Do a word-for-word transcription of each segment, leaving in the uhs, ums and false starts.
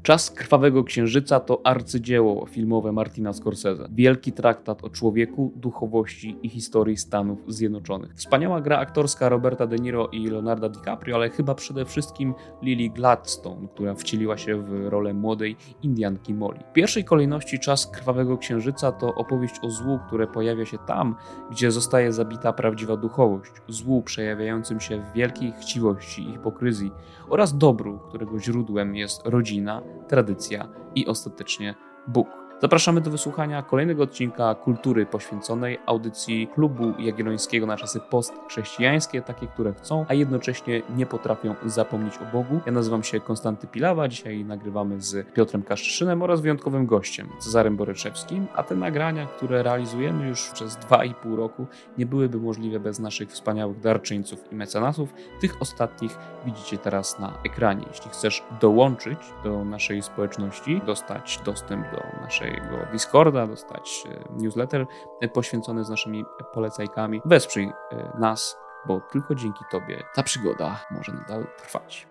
Czas Krwawego Księżyca to arcydzieło filmowe Martina Scorsese. Wielki traktat o człowieku, duchowości i historii Stanów Zjednoczonych. Wspaniała gra aktorska Roberta De Niro i Leonarda DiCaprio, ale chyba przede wszystkim Lily Gladstone, która wcieliła się w rolę młodej Indianki Molly. W pierwszej kolejności Czas Krwawego Księżyca to opowieść o złu, które pojawia się tam, gdzie zostaje zabita prawdziwa duchowość. Złu przejawiającym się w wielkiej chciwości i hipokryzji oraz dobru, którego źródłem jest rodzina, tradycja i ostatecznie Bóg. Zapraszamy do wysłuchania kolejnego odcinka Kultury poświęconej audycji Klubu Jagiellońskiego na czasy postchrześcijańskie, takie, które chcą, a jednocześnie nie potrafią zapomnieć o Bogu. Ja nazywam się Konstanty Pilawa, dzisiaj nagrywamy z Piotrem Kaszczyszynem oraz wyjątkowym gościem, Cezarem Boryczewskim, a te nagrania, które realizujemy już przez dwa i pół roku, nie byłyby możliwe bez naszych wspaniałych darczyńców i mecenasów. Tych ostatnich widzicie teraz na ekranie. Jeśli chcesz dołączyć do naszej społeczności, dostać dostęp do naszej Discorda, dostać newsletter poświęcony z naszymi polecajkami. Wesprzyj nas, bo tylko dzięki Tobie ta przygoda może nadal trwać.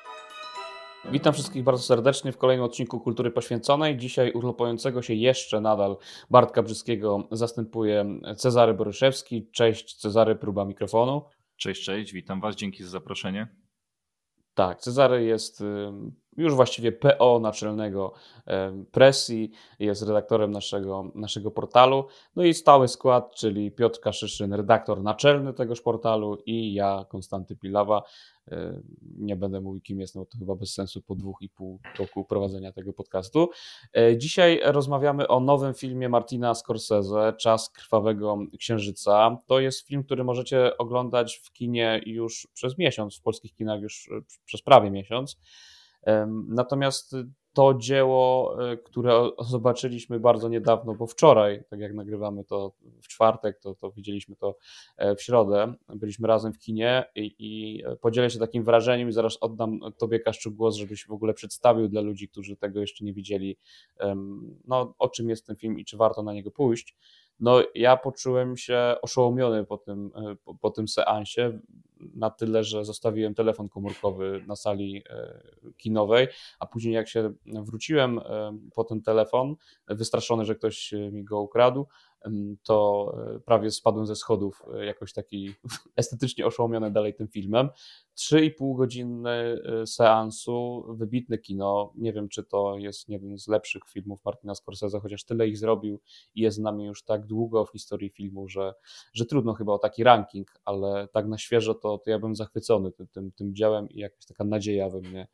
Witam wszystkich bardzo serdecznie w kolejnym odcinku Kultury Poświęconej. Dzisiaj urlopującego się jeszcze nadal Bartka Brzyskiego zastępuje Cezary Boryszewski. Cześć Cezary, próba mikrofonu. Cześć, cześć, witam Was, dzięki za zaproszenie. Tak, Cezary jest już właściwie P O naczelnego Presji, jest redaktorem naszego, naszego portalu, no i stały skład, czyli Piotr Kaszyszyn, redaktor naczelny tegoż portalu i ja, Konstanty Pilawa. Nie będę mówił, kim jestem, bo to chyba bez sensu po dwóch i pół roku prowadzenia tego podcastu. Dzisiaj rozmawiamy o nowym filmie Martina Scorsese, Czas Krwawego Księżyca. To jest film, który możecie oglądać w kinie już przez miesiąc, w polskich kinach już przez prawie miesiąc. Natomiast to dzieło, które zobaczyliśmy bardzo niedawno, bo wczoraj, tak jak nagrywamy to w czwartek, to, to widzieliśmy to w środę, byliśmy razem w kinie i, i podzielę się takim wrażeniem i zaraz oddam Tobie, Kaszczu, głos, żebyś w ogóle przedstawił dla ludzi, którzy tego jeszcze nie widzieli, no, o czym jest ten film i czy warto na niego pójść. No, ja poczułem się oszołomiony po tym, po, po tym seansie, na tyle, że zostawiłem telefon komórkowy na sali kinowej, a później jak się wróciłem po ten telefon, wystraszony, że ktoś mi go ukradł, to prawie spadłem ze schodów, jakoś taki estetycznie oszołomiony dalej tym filmem. Trzy i pół godziny seansu, wybitne kino. Nie wiem, czy to jest jeden z lepszych filmów Martina Scorsese, chociaż tyle ich zrobił i jest z nami już tak długo w historii filmu, że, że trudno chyba o taki ranking, ale tak na świeżo to, to ja bym zachwycony tym, tym, tym dziełem i jakaś taka nadzieja we mnie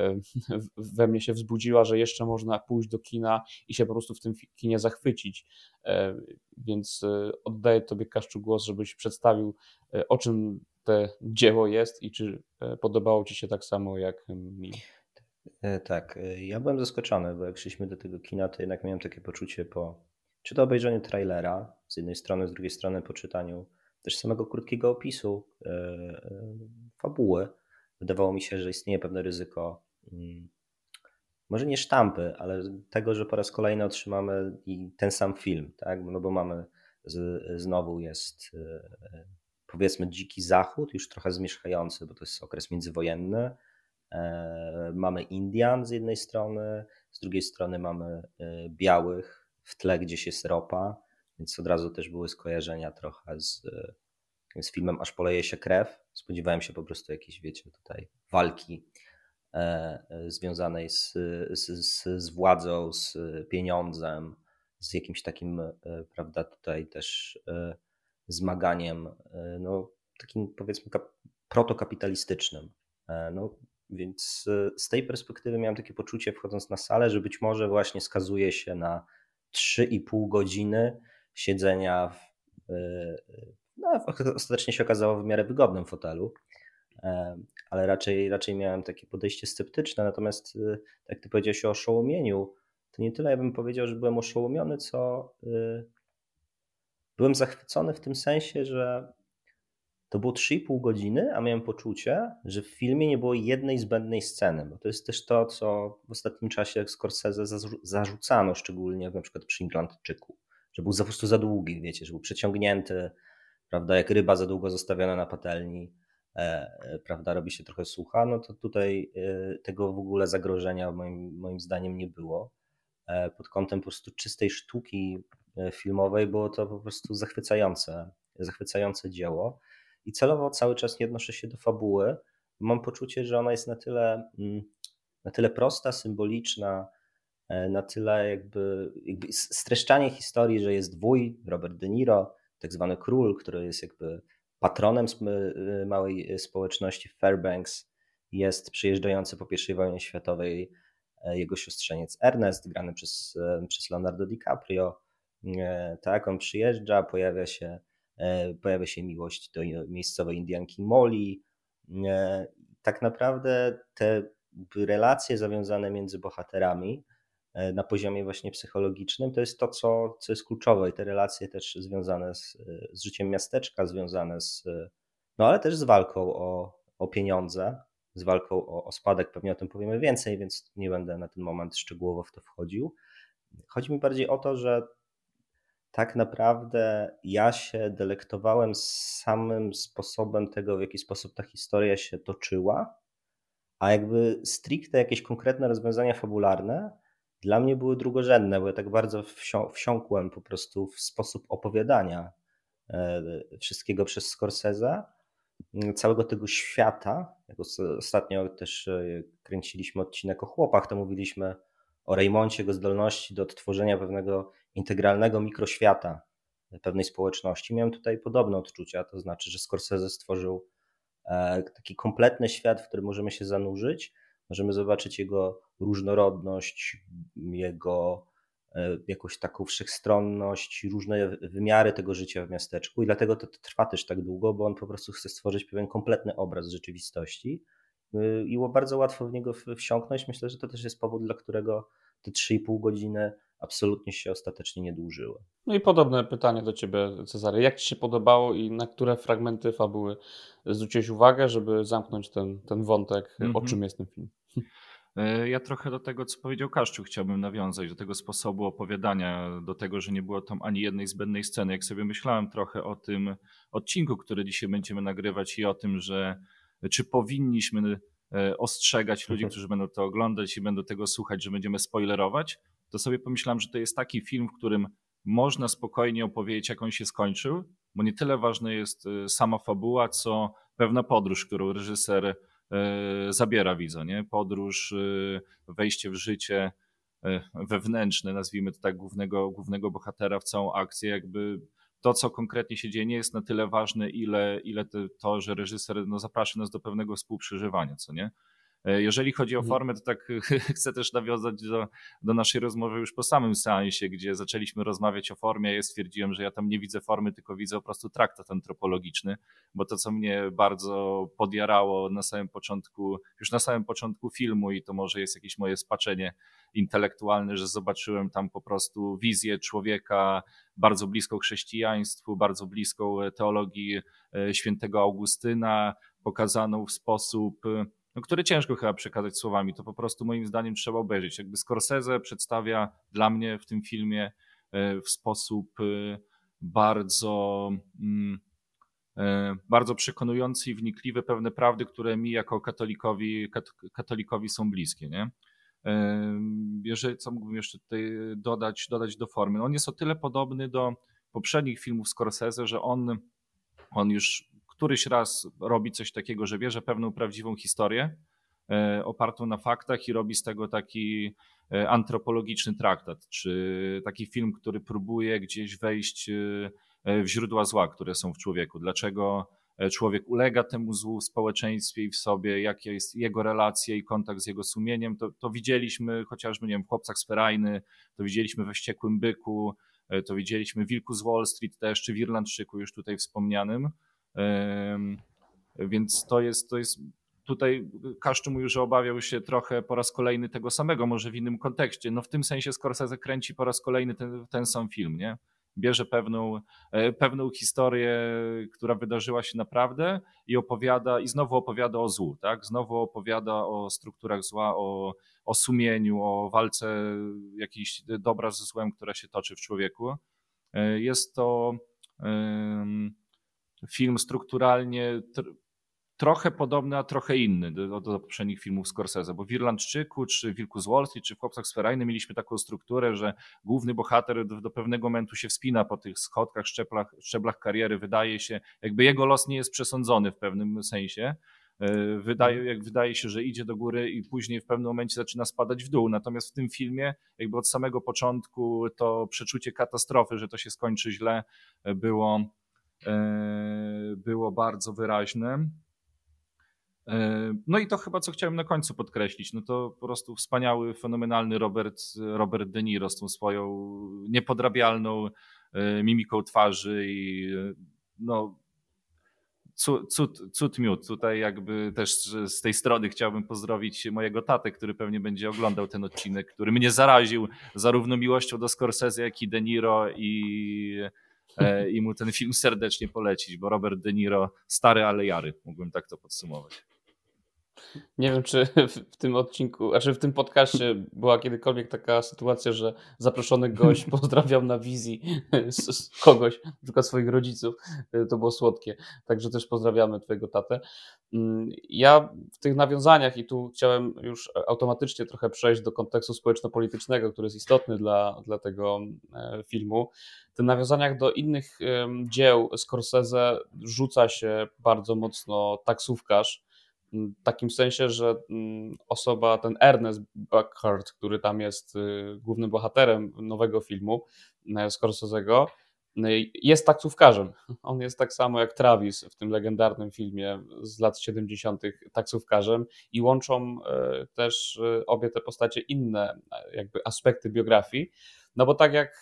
we mnie się wzbudziła, że jeszcze można pójść do kina i się po prostu w tym kinie zachwycić. Więc oddaję Tobie, Kaszczu, głos, żebyś przedstawił, o czym to dzieło jest i czy podobało Ci się tak samo jak mi. Tak, ja byłem zaskoczony, bo jak szliśmy do tego kina, to jednak miałem takie poczucie po czy to obejrzeniu trailera z jednej strony, z drugiej strony po czytaniu też samego krótkiego opisu fabuły. Wydawało mi się, że istnieje pewne ryzyko, może nie sztampy, ale tego, że po raz kolejny otrzymamy i ten sam film, tak? No bo mamy, z, znowu jest powiedzmy dziki zachód, już trochę zmierzchający, bo to jest okres międzywojenny. Mamy Indian z jednej strony, z drugiej strony mamy białych, w tle gdzieś jest ropa, więc od razu też były skojarzenia trochę z z filmem Aż poleje się krew. Spodziewałem się po prostu jakiejś, wiecie, tutaj walki e, związanej z, z, z władzą, z pieniądzem, z jakimś takim, e, prawda, tutaj też e, zmaganiem, e, no takim powiedzmy kap, protokapitalistycznym. E, no, więc e, z tej perspektywy miałem takie poczucie, wchodząc na salę, że być może właśnie skazuje się na trzy i pół godziny siedzenia w e, No, ostatecznie się okazało w miarę wygodnym fotelu, ale raczej, raczej miałem takie podejście sceptyczne. Natomiast tak jak ty powiedziałeś o oszołomieniu, to nie tyle ja bym powiedział, że byłem oszołomiony, co byłem zachwycony w tym sensie, że to było trzy i pół godziny, a miałem poczucie, że w filmie nie było jednej zbędnej sceny, bo to jest też to, co w ostatnim czasie Scorsese zarzucano, szczególnie na przykład przy Inglandczyku, że był po prostu za długi, wiecie, że był przeciągnięty, prawda, jak ryba za długo zostawiona na patelni, prawda, robi się trochę sucha, no to tutaj tego w ogóle zagrożenia moim, moim zdaniem nie było. Pod kątem po prostu czystej sztuki filmowej było to po prostu zachwycające, zachwycające dzieło i celowo cały czas nie odnoszę się do fabuły. Mam poczucie, że ona jest na tyle, na tyle prosta, symboliczna, na tyle jakby, jakby streszczanie historii, że jest wuj, Robert De Niro, tak zwany król, który jest jakby patronem małej społeczności w Fairbanks, jest przyjeżdżający po pierwszej wojnie światowej jego siostrzeniec Ernest, grany przez, przez Leonardo DiCaprio. Tak, on przyjeżdża, pojawia się, pojawia się miłość do miejscowej Indianki Molly. Tak naprawdę te relacje zawiązane między bohaterami na poziomie właśnie psychologicznym to jest to, co, co jest kluczowe i te relacje też związane z, z życiem miasteczka, związane z, no ale też z walką o, o pieniądze, z walką o, o spadek, pewnie o tym powiemy więcej, więc nie będę na ten moment szczegółowo w to wchodził. Chodzi mi bardziej o to, że tak naprawdę ja się delektowałem samym sposobem tego, w jaki sposób ta historia się toczyła, a jakby stricte jakieś konkretne rozwiązania fabularne dla mnie były drugorzędne, bo ja tak bardzo wsią- wsiąkłem po prostu w sposób opowiadania wszystkiego przez Scorsese, całego tego świata. Jak ostatnio też kręciliśmy odcinek o chłopach, to mówiliśmy o Raymoncie, jego zdolności do odtworzenia pewnego integralnego mikroświata pewnej społeczności. Miałem tutaj podobne odczucia, to znaczy, że Scorsese stworzył taki kompletny świat, w którym możemy się zanurzyć, możemy zobaczyć jego różnorodność, jego jakąś taką wszechstronność, różne wymiary tego życia w miasteczku i dlatego to trwa też tak długo, bo on po prostu chce stworzyć pewien kompletny obraz rzeczywistości i było bardzo łatwo w niego wsiąknąć. Myślę, że to też jest powód, dla którego te trzy i pół godziny absolutnie się ostatecznie nie dłużyły. No i podobne pytanie do Ciebie, Cezary. Jak Ci się podobało i na które fragmenty fabuły zwróciłeś uwagę, żeby zamknąć ten, ten wątek, mm-hmm. o czym jest ten film? Ja trochę do tego, co powiedział Kaszczuk, chciałbym nawiązać, do tego sposobu opowiadania, do tego, że nie było tam ani jednej zbędnej sceny. Jak sobie myślałem trochę o tym odcinku, który dzisiaj będziemy nagrywać i o tym, że czy powinniśmy ostrzegać ludzi, którzy będą to oglądać i będą tego słuchać, że będziemy spoilerować, to sobie pomyślałem, że to jest taki film, w którym można spokojnie opowiedzieć, jak on się skończył, bo nie tyle ważna jest sama fabuła, co pewna podróż, którą reżyser zabiera widza, nie? Podróż, wejście w życie wewnętrzne, nazwijmy to tak, głównego, głównego bohatera w całą akcję, jakby to, co konkretnie się dzieje, nie jest na tyle ważne, ile, ile to, że reżyser no, zaprasza nas do pewnego współprzeżywania, co nie? Jeżeli chodzi o formę, to tak chcę też nawiązać do, do naszej rozmowy już po samym seansie, gdzie zaczęliśmy rozmawiać o formie. Ja stwierdziłem, że ja tam nie widzę formy, tylko widzę po prostu traktat antropologiczny, bo to, co mnie bardzo podjarało na samym początku, już na samym początku filmu i to może jest jakieś moje spaczenie intelektualne, że zobaczyłem tam po prostu wizję człowieka bardzo bliską chrześcijaństwu, bardzo bliską teologii świętego Augustyna, pokazaną w sposób, no, który ciężko chyba przekazać słowami, to po prostu moim zdaniem trzeba obejrzeć. Jakby Scorsese przedstawia dla mnie w tym filmie w sposób bardzo, bardzo przekonujący i wnikliwy pewne prawdy, które mi jako katolikowi, katolikowi są bliskie, nie? Jeżeli, co mógłbym jeszcze tutaj dodać, dodać do formy? On jest o tyle podobny do poprzednich filmów Scorsese, że on, on już któryś raz robi coś takiego, że bierze pewną prawdziwą historię opartą na faktach i robi z tego taki antropologiczny traktat, czy taki film, który próbuje gdzieś wejść w źródła zła, które są w człowieku. Dlaczego człowiek ulega temu złu w społeczeństwie i w sobie, jakie jest jego relacje i kontakt z jego sumieniem. To, to widzieliśmy chociażby, nie wiem, w Chłopcach z Ferajny, to widzieliśmy we Wściekłym Byku, to widzieliśmy w Wilku z Wall Street też, czy w Irlandczyku już tutaj wspomnianym. Więc to jest, to jest tutaj Kaszczu mówił, że obawiał się trochę po raz kolejny tego samego, może w innym kontekście. No w tym sensie Scorsese kręci po raz kolejny ten, ten sam film, nie? Bierze pewną, pewną historię, która wydarzyła się naprawdę i opowiada, i znowu opowiada o złu, tak? Znowu opowiada o strukturach zła, o, o sumieniu, o walce jakiejś dobra ze złem, która się toczy w człowieku. Jest to um, film strukturalnie tr- trochę podobny, a trochę inny do, do poprzednich filmów Scorsese, bo w Irlandczyku, czy Wilku z Wall Street, czy w Chłopcach z Ferajny mieliśmy taką strukturę, że główny bohater do, do pewnego momentu się wspina po tych schodkach, szczeblach, szczeblach kariery, wydaje się, jakby jego los nie jest przesądzony w pewnym sensie. Wydaje, jak wydaje się, że idzie do góry i później w pewnym momencie zaczyna spadać w dół. Natomiast w tym filmie jakby od samego początku to przeczucie katastrofy, że to się skończy źle, było, było bardzo wyraźne. No i to chyba, co chciałem na końcu podkreślić, no to po prostu wspaniały, fenomenalny Robert, Robert De Niro z tą swoją niepodrabialną mimiką twarzy i no Cud, cud, cud miód. Tutaj jakby też z tej strony chciałbym pozdrowić mojego tatę, który pewnie będzie oglądał ten odcinek, który mnie zaraził zarówno miłością do Scorsese, jak i De Niro i, e, i mu ten film serdecznie polecić, bo Robert De Niro stary, ale jary. Mógłbym tak to podsumować. Nie wiem, czy w tym odcinku, znaczy w tym podcaście była kiedykolwiek taka sytuacja, że zaproszony gość pozdrawiał na wizji z, z kogoś, na przykład swoich rodziców. To było słodkie. Także też pozdrawiamy twojego tatę. Ja w tych nawiązaniach, i tu chciałem już automatycznie trochę przejść do kontekstu społeczno-politycznego, który jest istotny dla, dla tego filmu. W tych nawiązaniach do innych dzieł Scorsese rzuca się bardzo mocno taksówkarz, w takim sensie, że osoba, ten Ernest Buckhart, który tam jest głównym bohaterem nowego filmu Scorsese'ego, jest taksówkarzem. On jest tak samo jak Travis w tym legendarnym filmie z lat siedemdziesiątych taksówkarzem i łączą też obie te postacie inne jakby aspekty biografii. No bo tak jak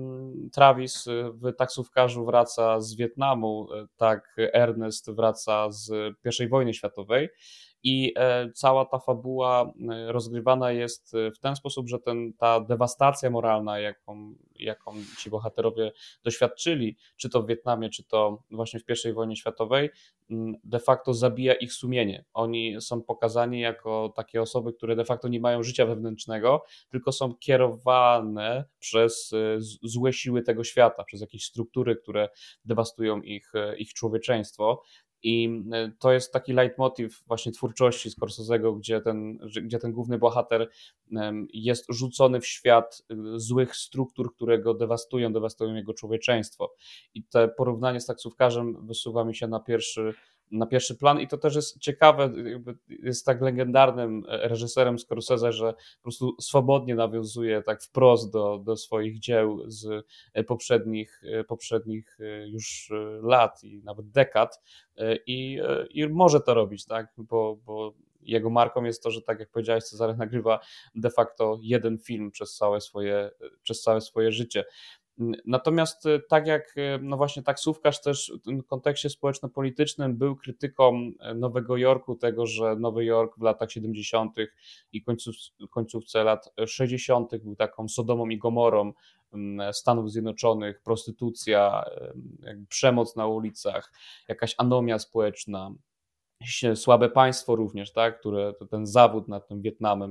Travis w Taksówkarzu wraca z Wietnamu, tak Ernest wraca z pierwszej wojny światowej i cała ta fabuła rozgrywana jest w ten sposób, że ten, ta dewastacja moralna, jaką, jaką ci bohaterowie doświadczyli, czy to w Wietnamie, czy to właśnie w pierwszej wojnie światowej, de facto zabija ich sumienie. Oni są pokazani jako takie osoby, które de facto nie mają życia wewnętrznego, tylko są kierowane przez złe siły tego świata, przez jakieś struktury, które dewastują ich, ich człowieczeństwo. I to jest taki leitmotiv właśnie twórczości Scorsese'ego, gdzie ten, gdzie ten główny bohater jest rzucony w świat złych struktur, które go dewastują, dewastują jego człowieczeństwo. I to porównanie z taksówkarzem wysuwa mi się na pierwszy, na pierwszy plan i to też jest ciekawe, jest tak legendarnym reżyserem Scorsese, że po prostu swobodnie nawiązuje tak wprost do, do swoich dzieł z poprzednich, poprzednich już lat i nawet dekad i, i może to robić, tak, bo, bo jego marką jest to, że tak jak powiedziałeś, Cezary nagrywa de facto jeden film przez całe swoje, przez całe swoje życie. Natomiast tak jak no właśnie taksówkarz też w tym kontekście społeczno-politycznym był krytyką Nowego Jorku, tego, że Nowy Jork w latach siedemdziesiątych i końców, końcówce lat sześćdziesiątych był taką Sodomą i Gomorą Stanów Zjednoczonych, prostytucja, przemoc na ulicach, jakaś anomia społeczna, słabe państwo również, tak, które ten zawód nad tym Wietnamem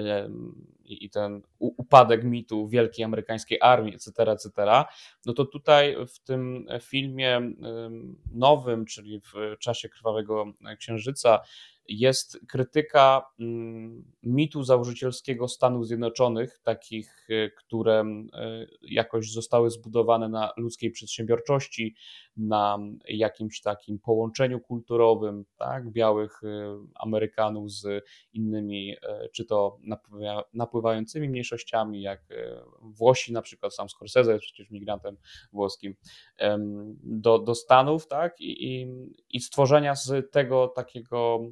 i ten upadek mitu wielkiej amerykańskiej armii, et cetera, et cetera, no to tutaj w tym filmie nowym, czyli w Czasie Krwawego Księżyca, jest krytyka mitu założycielskiego Stanów Zjednoczonych, takich, które jakoś zostały zbudowane na ludzkiej przedsiębiorczości, na jakimś takim połączeniu kulturowym, tak, białych Amerykanów z innymi, czy to napływającymi mniejszościami, jak Włosi, na przykład sam Scorsese jest przecież migrantem włoskim, do, do Stanów, tak, i, i, i stworzenia z tego takiego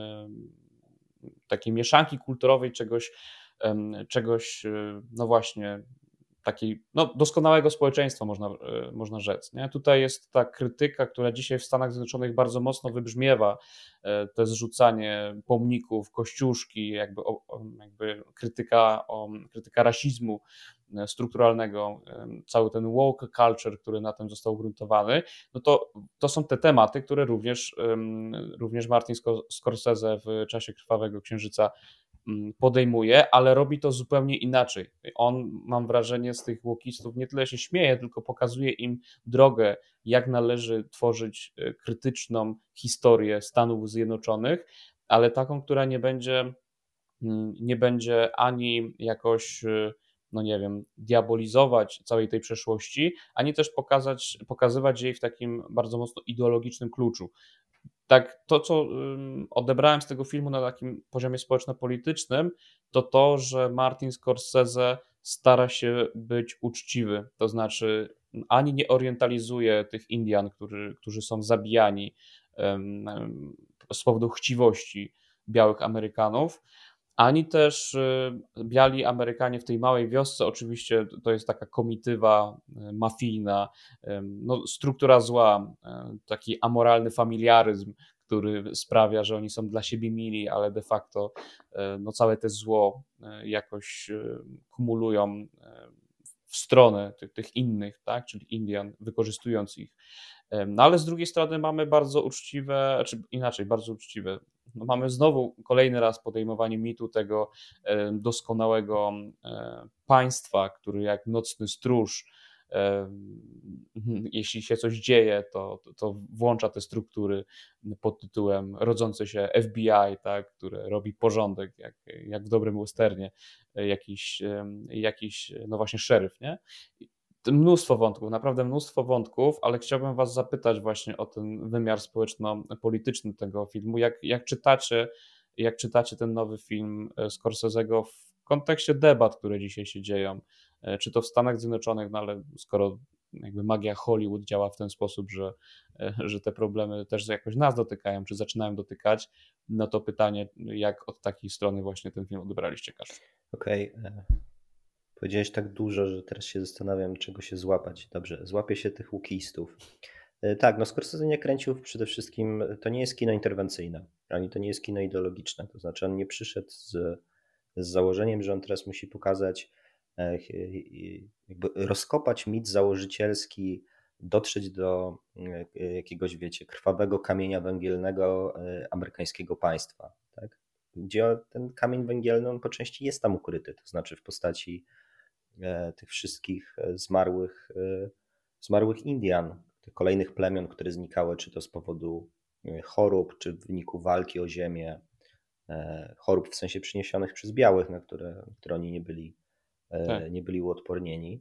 takiej mieszanki kulturowej, czegoś, czegoś, no właśnie, takiej, no, doskonałego społeczeństwa, można, można rzec. Nie? Tutaj jest ta krytyka, która dzisiaj w Stanach Zjednoczonych bardzo mocno wybrzmiewa, to zrzucanie pomników, kościuszki, jakby, jakby krytyka, o, krytyka rasizmu strukturalnego, cały ten woke culture, który na tym został ugruntowany, no to, to są te tematy, które również, również Martin Scorsese w Czasie Krwawego Księżyca podejmuje, ale robi to zupełnie inaczej. On, mam wrażenie, z tych Wokistów nie tyle się śmieje, tylko pokazuje im drogę, jak należy tworzyć krytyczną historię Stanów Zjednoczonych, ale taką, która nie będzie, nie będzie ani jakoś, no nie wiem, diabolizować całej tej przeszłości, ani też pokazać, pokazywać jej w takim bardzo mocno ideologicznym kluczu. Tak, to co odebrałem z tego filmu na takim poziomie społeczno-politycznym, to to, że Martin Scorsese stara się być uczciwy, to znaczy ani nie orientalizuje tych Indian, którzy, którzy są zabijani em, em, z powodu chciwości białych Amerykanów, ani też y, biali Amerykanie w tej małej wiosce, oczywiście to jest taka komitywa y, mafijna, ym, no, struktura zła, y, taki amoralny familiaryzm, który sprawia, że oni są dla siebie mili, ale de facto y, no, całe te zło y, jakoś y, kumulują y, w stronę tych, tych innych, tak, czyli Indian, wykorzystując ich. Ym, No ale z drugiej strony mamy bardzo uczciwe, czy inaczej, bardzo uczciwe. No mamy znowu kolejny raz podejmowanie mitu tego e, doskonałego e, państwa, który jak nocny stróż, e, jeśli się coś dzieje, to, to włącza te struktury pod tytułem rodzące się F B I, tak, które robi porządek, jak, jak w dobrym westernie, e, jakiś, e, jakiś, no właśnie szeryf, nie? Mnóstwo wątków, naprawdę mnóstwo wątków, ale chciałbym was zapytać właśnie o ten wymiar społeczno-polityczny tego filmu. Jak, jak czytacie, jak czytacie ten nowy film e, Scorsese'ego w kontekście debat, które dzisiaj się dzieją, e, czy to w Stanach Zjednoczonych, no ale skoro jakby magia Hollywood działa w ten sposób, że, e, że te problemy też jakoś nas dotykają, czy zaczynają dotykać, no to pytanie, jak od takiej strony właśnie ten film odebraliście, Kaszczu? Okej. Okay. Powiedziałeś tak dużo, że teraz się zastanawiam, czego się złapać. Dobrze, złapię się tych łukistów. Tak, no Scorsese nie kręcił przede wszystkim, to nie jest kino interwencyjne, ani to nie jest kino ideologiczne. To znaczy on nie przyszedł z, z założeniem, że on teraz musi pokazać, jakby rozkopać mit założycielski, dotrzeć do jakiegoś, wiecie, krwawego kamienia węgielnego amerykańskiego państwa, tak? Gdzie ten kamień węgielny, on po części jest tam ukryty, to znaczy w postaci tych wszystkich zmarłych, zmarłych Indian, tych kolejnych plemion, które znikały, czy to z powodu chorób, czy w wyniku walki o ziemię, chorób w sensie przyniesionych przez białych, na które, które oni nie byli, tak. nie byli uodpornieni.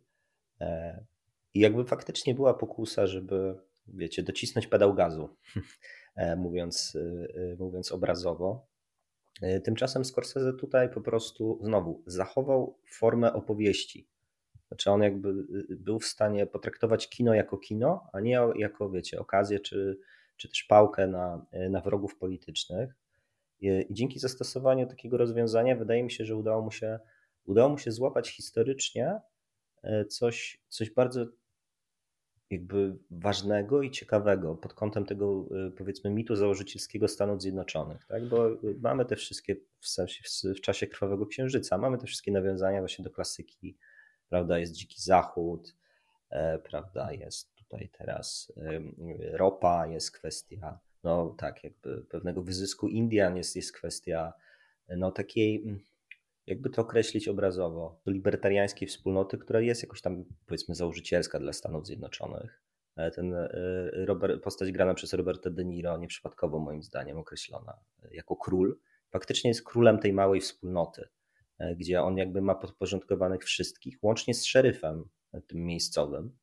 I jakby faktycznie była pokusa, żeby, wiecie, docisnąć pedał gazu, mówiąc, mówiąc obrazowo. Tymczasem Scorsese tutaj po prostu znowu zachował formę opowieści. Znaczy on jakby był w stanie potraktować kino jako kino, a nie jako, wiecie, okazję czy, czy też pałkę na, na wrogów politycznych. I dzięki zastosowaniu takiego rozwiązania wydaje mi się, że udało mu się, udało mu się złapać historycznie coś, coś bardzo jakby ważnego i ciekawego pod kątem tego, powiedzmy, mitu założycielskiego Stanów Zjednoczonych, tak? Bo mamy te wszystkie w, sensie, w czasie Krwawego Księżyca, mamy te wszystkie nawiązania właśnie do klasyki, prawda, jest Dziki Zachód, prawda, jest tutaj teraz ropa, jest kwestia, no tak, jakby pewnego wyzysku Indian, jest, jest kwestia no takiej, jakby to określić obrazowo, libertariańskiej wspólnoty, która jest jakoś tam, powiedzmy, założycielska dla Stanów Zjednoczonych. Ten Robert, postać grana przez Roberta De Niro, nieprzypadkowo moim zdaniem określona jako król, faktycznie jest królem tej małej wspólnoty, gdzie on jakby ma podporządkowanych wszystkich, łącznie z szeryfem tym miejscowym.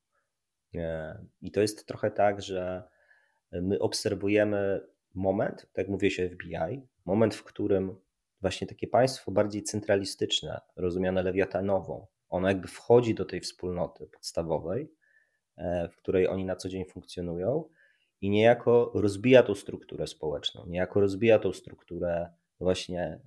I to jest trochę tak, że my obserwujemy moment, tak jak mówię się F B I, moment, w którym właśnie takie państwo bardziej centralistyczne, rozumiane lewiatanowo, ono jakby wchodzi do tej wspólnoty podstawowej, w której oni na co dzień funkcjonują i niejako rozbija tą strukturę społeczną, niejako rozbija tą strukturę właśnie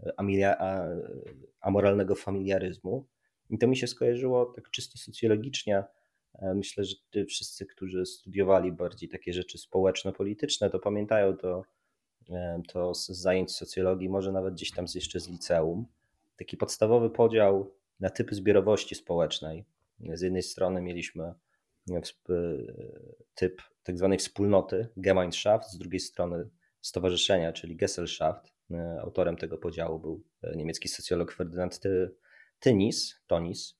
amoralnego familiaryzmu. I to mi się skojarzyło tak czysto socjologicznie. Myślę, że ty wszyscy, którzy studiowali bardziej takie rzeczy społeczno-polityczne, to pamiętają to, to z zajęć socjologii, może nawet gdzieś tam jeszcze z liceum. Taki podstawowy podział na typy zbiorowości społecznej. Z jednej strony mieliśmy typ tak zwanej wspólnoty, Gemeinschaft, z drugiej strony stowarzyszenia, czyli Gesellschaft. Autorem tego podziału był niemiecki socjolog Ferdynand Tönnies. Tönnies.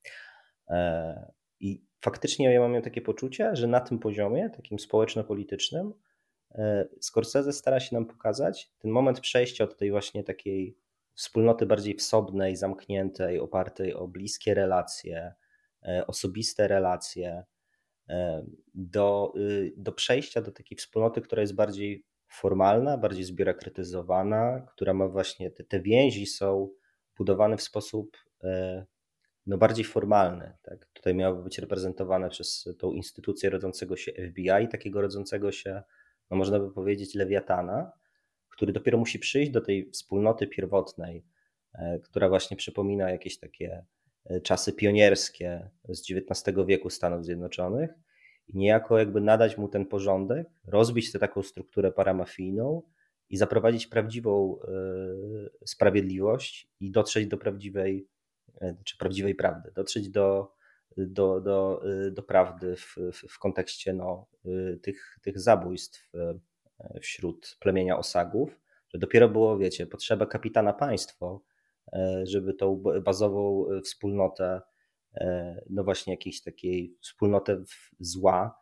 I faktycznie ja mam takie poczucie, że na tym poziomie, takim społeczno-politycznym, Scorsese stara się nam pokazać ten moment przejścia od tej właśnie takiej wspólnoty bardziej wsobnej, zamkniętej, opartej o bliskie relacje, osobiste relacje, do, do przejścia do takiej wspólnoty, która jest bardziej formalna, bardziej zbiurokratyzowana, która ma właśnie, te, te więzi są budowane w sposób no, bardziej formalny. Tak? Tutaj miałoby być reprezentowane przez tą instytucję rodzącego się F B I, takiego rodzącego się, no można by powiedzieć, lewiatana, który dopiero musi przyjść do tej wspólnoty pierwotnej, która właśnie przypomina jakieś takie czasy pionierskie z dziewiętnastego wieku Stanów Zjednoczonych i niejako jakby nadać mu ten porządek, rozbić tę taką strukturę paramafijną i zaprowadzić prawdziwą sprawiedliwość i dotrzeć do prawdziwej, czy prawdziwej prawdy, dotrzeć do, do, do, do prawdy w, w, w kontekście no, tych, tych zabójstw wśród plemienia Osagów, że dopiero było, wiecie, potrzeba kapitana państwo, żeby tą bazową wspólnotę, no właśnie jakiejś takiej wspólnotę zła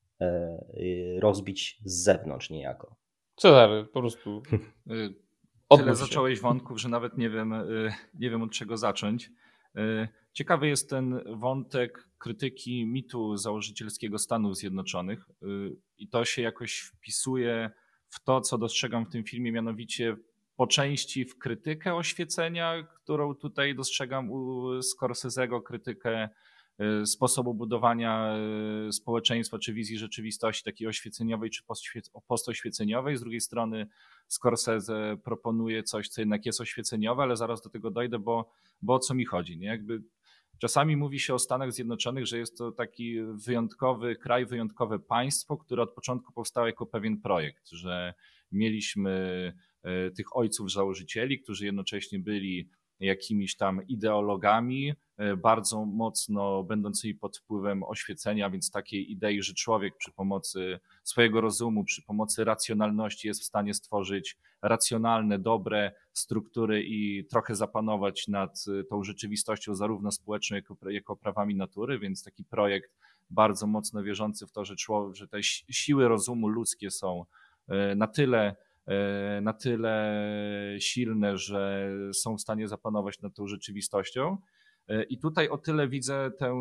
rozbić z zewnątrz niejako. Cezary, po prostu Tyle zacząłeś wątków, że nawet nie wiem, nie wiem od czego zacząć. Ciekawy jest ten wątek krytyki mitu założycielskiego Stanów Zjednoczonych i to się jakoś wpisuje w to, co dostrzegam w tym filmie, mianowicie po części w krytykę oświecenia, którą tutaj dostrzegam u Scorsese'ego, krytykę sposobu budowania społeczeństwa, czy wizji rzeczywistości takiej oświeceniowej, czy postoświeceniowej. Z drugiej strony Scorsese proponuje coś, co jednak jest oświeceniowe, ale zaraz do tego dojdę, bo, bo o co mi chodzi, nie? Jakby czasami mówi się o Stanach Zjednoczonych, że jest to taki wyjątkowy kraj, wyjątkowe państwo, które od początku powstało jako pewien projekt, że mieliśmy tych ojców założycieli, którzy jednocześnie byli jakimiś tam ideologami, bardzo mocno będącymi pod wpływem oświecenia, więc takiej idei, że człowiek przy pomocy swojego rozumu, przy pomocy racjonalności jest w stanie stworzyć racjonalne, dobre struktury i trochę zapanować nad tą rzeczywistością zarówno społeczną, jako, jako prawami natury, więc taki projekt bardzo mocno wierzący w to, że, człowiek, że te siły rozumu ludzkie są na tyle na tyle silne, że są w stanie zapanować nad tą rzeczywistością. I tutaj o tyle widzę tę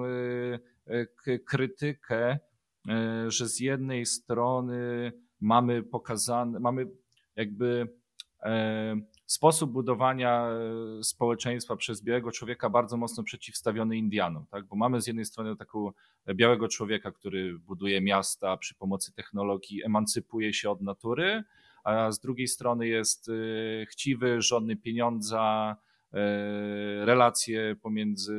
krytykę, że z jednej strony mamy pokazane, mamy jakby sposób budowania społeczeństwa przez białego człowieka bardzo mocno przeciwstawiony Indianom, tak? Bo mamy z jednej strony taką białego człowieka, który buduje miasta przy pomocy technologii, emancypuje się od natury, a z drugiej strony jest chciwy, żądny pieniądza, relacje pomiędzy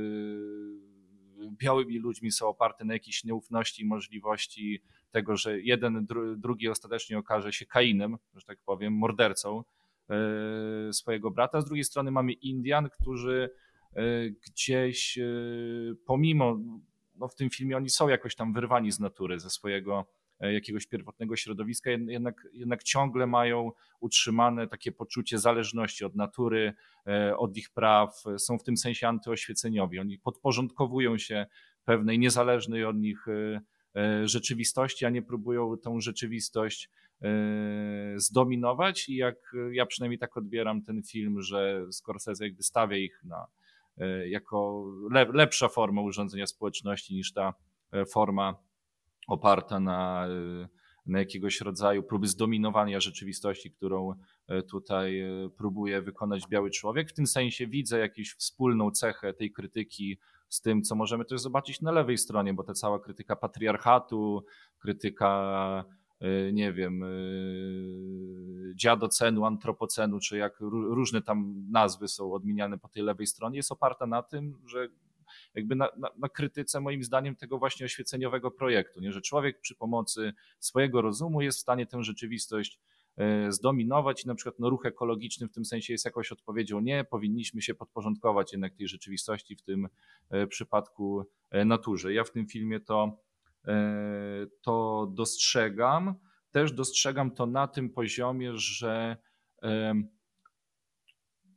białymi ludźmi są oparte na jakiejś nieufności i możliwości tego, że jeden, drugi ostatecznie okaże się Kainem, że tak powiem, mordercą swojego brata. Z drugiej strony mamy Indian, którzy gdzieś pomimo, no w tym filmie oni są jakoś tam wyrwani z natury, ze swojego jakiegoś pierwotnego środowiska, jednak, jednak ciągle mają utrzymane takie poczucie zależności od natury, od ich praw, są w tym sensie antyoświeceniowi. Oni podporządkowują się pewnej niezależnej od nich rzeczywistości, a nie próbują tą rzeczywistość zdominować i jak ja przynajmniej tak odbieram ten film, że Scorsese jakby stawia ich na, jako lepsza forma urządzenia społeczności niż ta forma oparta na, na jakiegoś rodzaju próby zdominowania rzeczywistości, którą tutaj próbuje wykonać biały człowiek. W tym sensie widzę jakąś wspólną cechę tej krytyki z tym, co możemy też zobaczyć na lewej stronie, bo ta cała krytyka patriarchatu, krytyka, nie wiem, dziadocenu, antropocenu, czy jak różne tam nazwy są odmieniane po tej lewej stronie, jest oparta na tym, że jakby na, na, na krytyce moim zdaniem tego właśnie oświeceniowego projektu, nie? Że człowiek przy pomocy swojego rozumu jest w stanie tę rzeczywistość zdominować i na przykład no, ruch ekologiczny w tym sensie jest jakąś odpowiedzią nie, powinniśmy się podporządkować jednak tej rzeczywistości, w tym przypadku naturze. Ja w tym filmie to, to dostrzegam. Też dostrzegam to na tym poziomie, że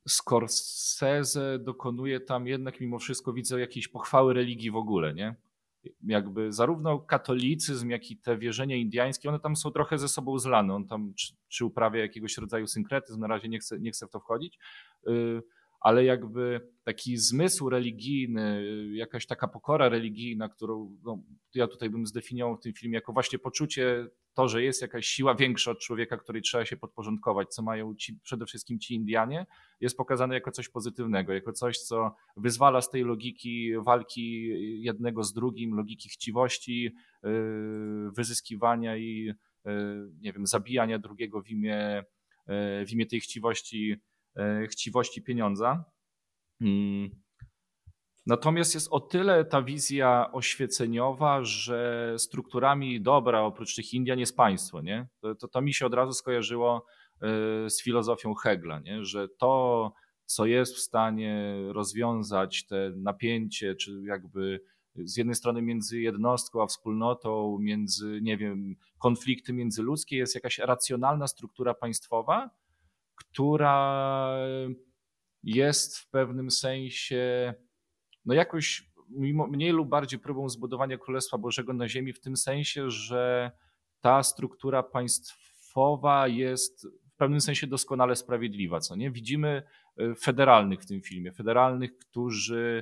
Scorsese dokonuje tam jednak mimo wszystko, widzę, jakiejś pochwały religii w ogóle, nie? Jakby zarówno katolicyzm, jak i te wierzenia indyjskie, one tam są trochę ze sobą zlane. On tam czy, czy uprawia jakiegoś rodzaju synkretyzm, na razie nie chcę, nie chcę w to wchodzić, yy, ale jakby taki zmysł religijny, jakaś taka pokora religijna, którą no, ja tutaj bym zdefiniował w tym filmie jako właśnie poczucie to, że jest jakaś siła większa od człowieka, której trzeba się podporządkować, co mają ci, przede wszystkim ci Indianie, jest pokazane jako coś pozytywnego, jako coś, co wyzwala z tej logiki walki jednego z drugim, logiki chciwości, wyzyskiwania i nie wiem, zabijania drugiego w imię, w imię tej chciwości, chciwości pieniądza. Natomiast jest o tyle ta wizja oświeceniowa, że strukturami dobra oprócz tych Indian jest państwo, nie? To, to, to mi się od razu skojarzyło z filozofią Hegla, nie? Że to, co jest w stanie rozwiązać te napięcie, czy jakby z jednej strony między jednostką a wspólnotą, między, nie wiem, konflikty międzyludzkie, jest jakaś racjonalna struktura państwowa, która jest w pewnym sensie no jakoś mimo, mniej lub bardziej próbą zbudowania Królestwa Bożego na ziemi w tym sensie, że ta struktura państwowa jest w pewnym sensie doskonale sprawiedliwa, co nie? Widzimy federalnych w tym filmie, federalnych, którzy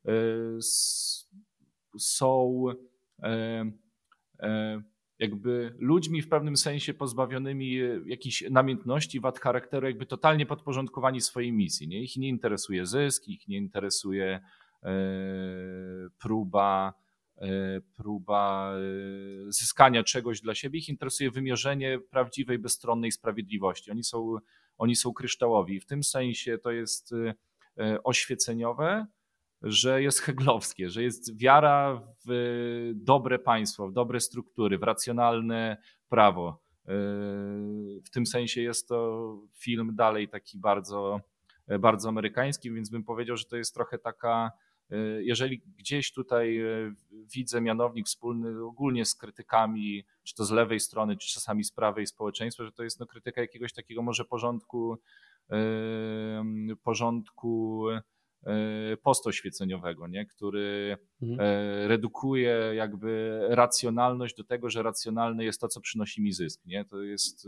są jakby ludźmi w pewnym sensie pozbawionymi jakichś namiętności, wad charakteru, jakby totalnie podporządkowani swojej misji, nie? Ich nie interesuje zysk, ich nie interesuje próba, próba zyskania czegoś dla siebie, ich interesuje wymierzenie prawdziwej, bezstronnej sprawiedliwości. Oni są, oni są kryształowi. W tym sensie to jest oświeceniowe, że jest heglowskie, że jest wiara w dobre państwo, w dobre struktury, w racjonalne prawo. W tym sensie jest to film dalej taki bardzo, bardzo amerykański, więc bym powiedział, że to jest trochę taka, jeżeli gdzieś tutaj widzę mianownik wspólny ogólnie z krytykami, czy to z lewej strony, czy czasami z prawej społeczeństwa, że to jest no krytyka jakiegoś takiego może porządku, porządku postoświeceniowego, nie? Który mhm. redukuje jakby racjonalność do tego, że racjonalne jest to, co przynosi mi zysk. Nie? To jest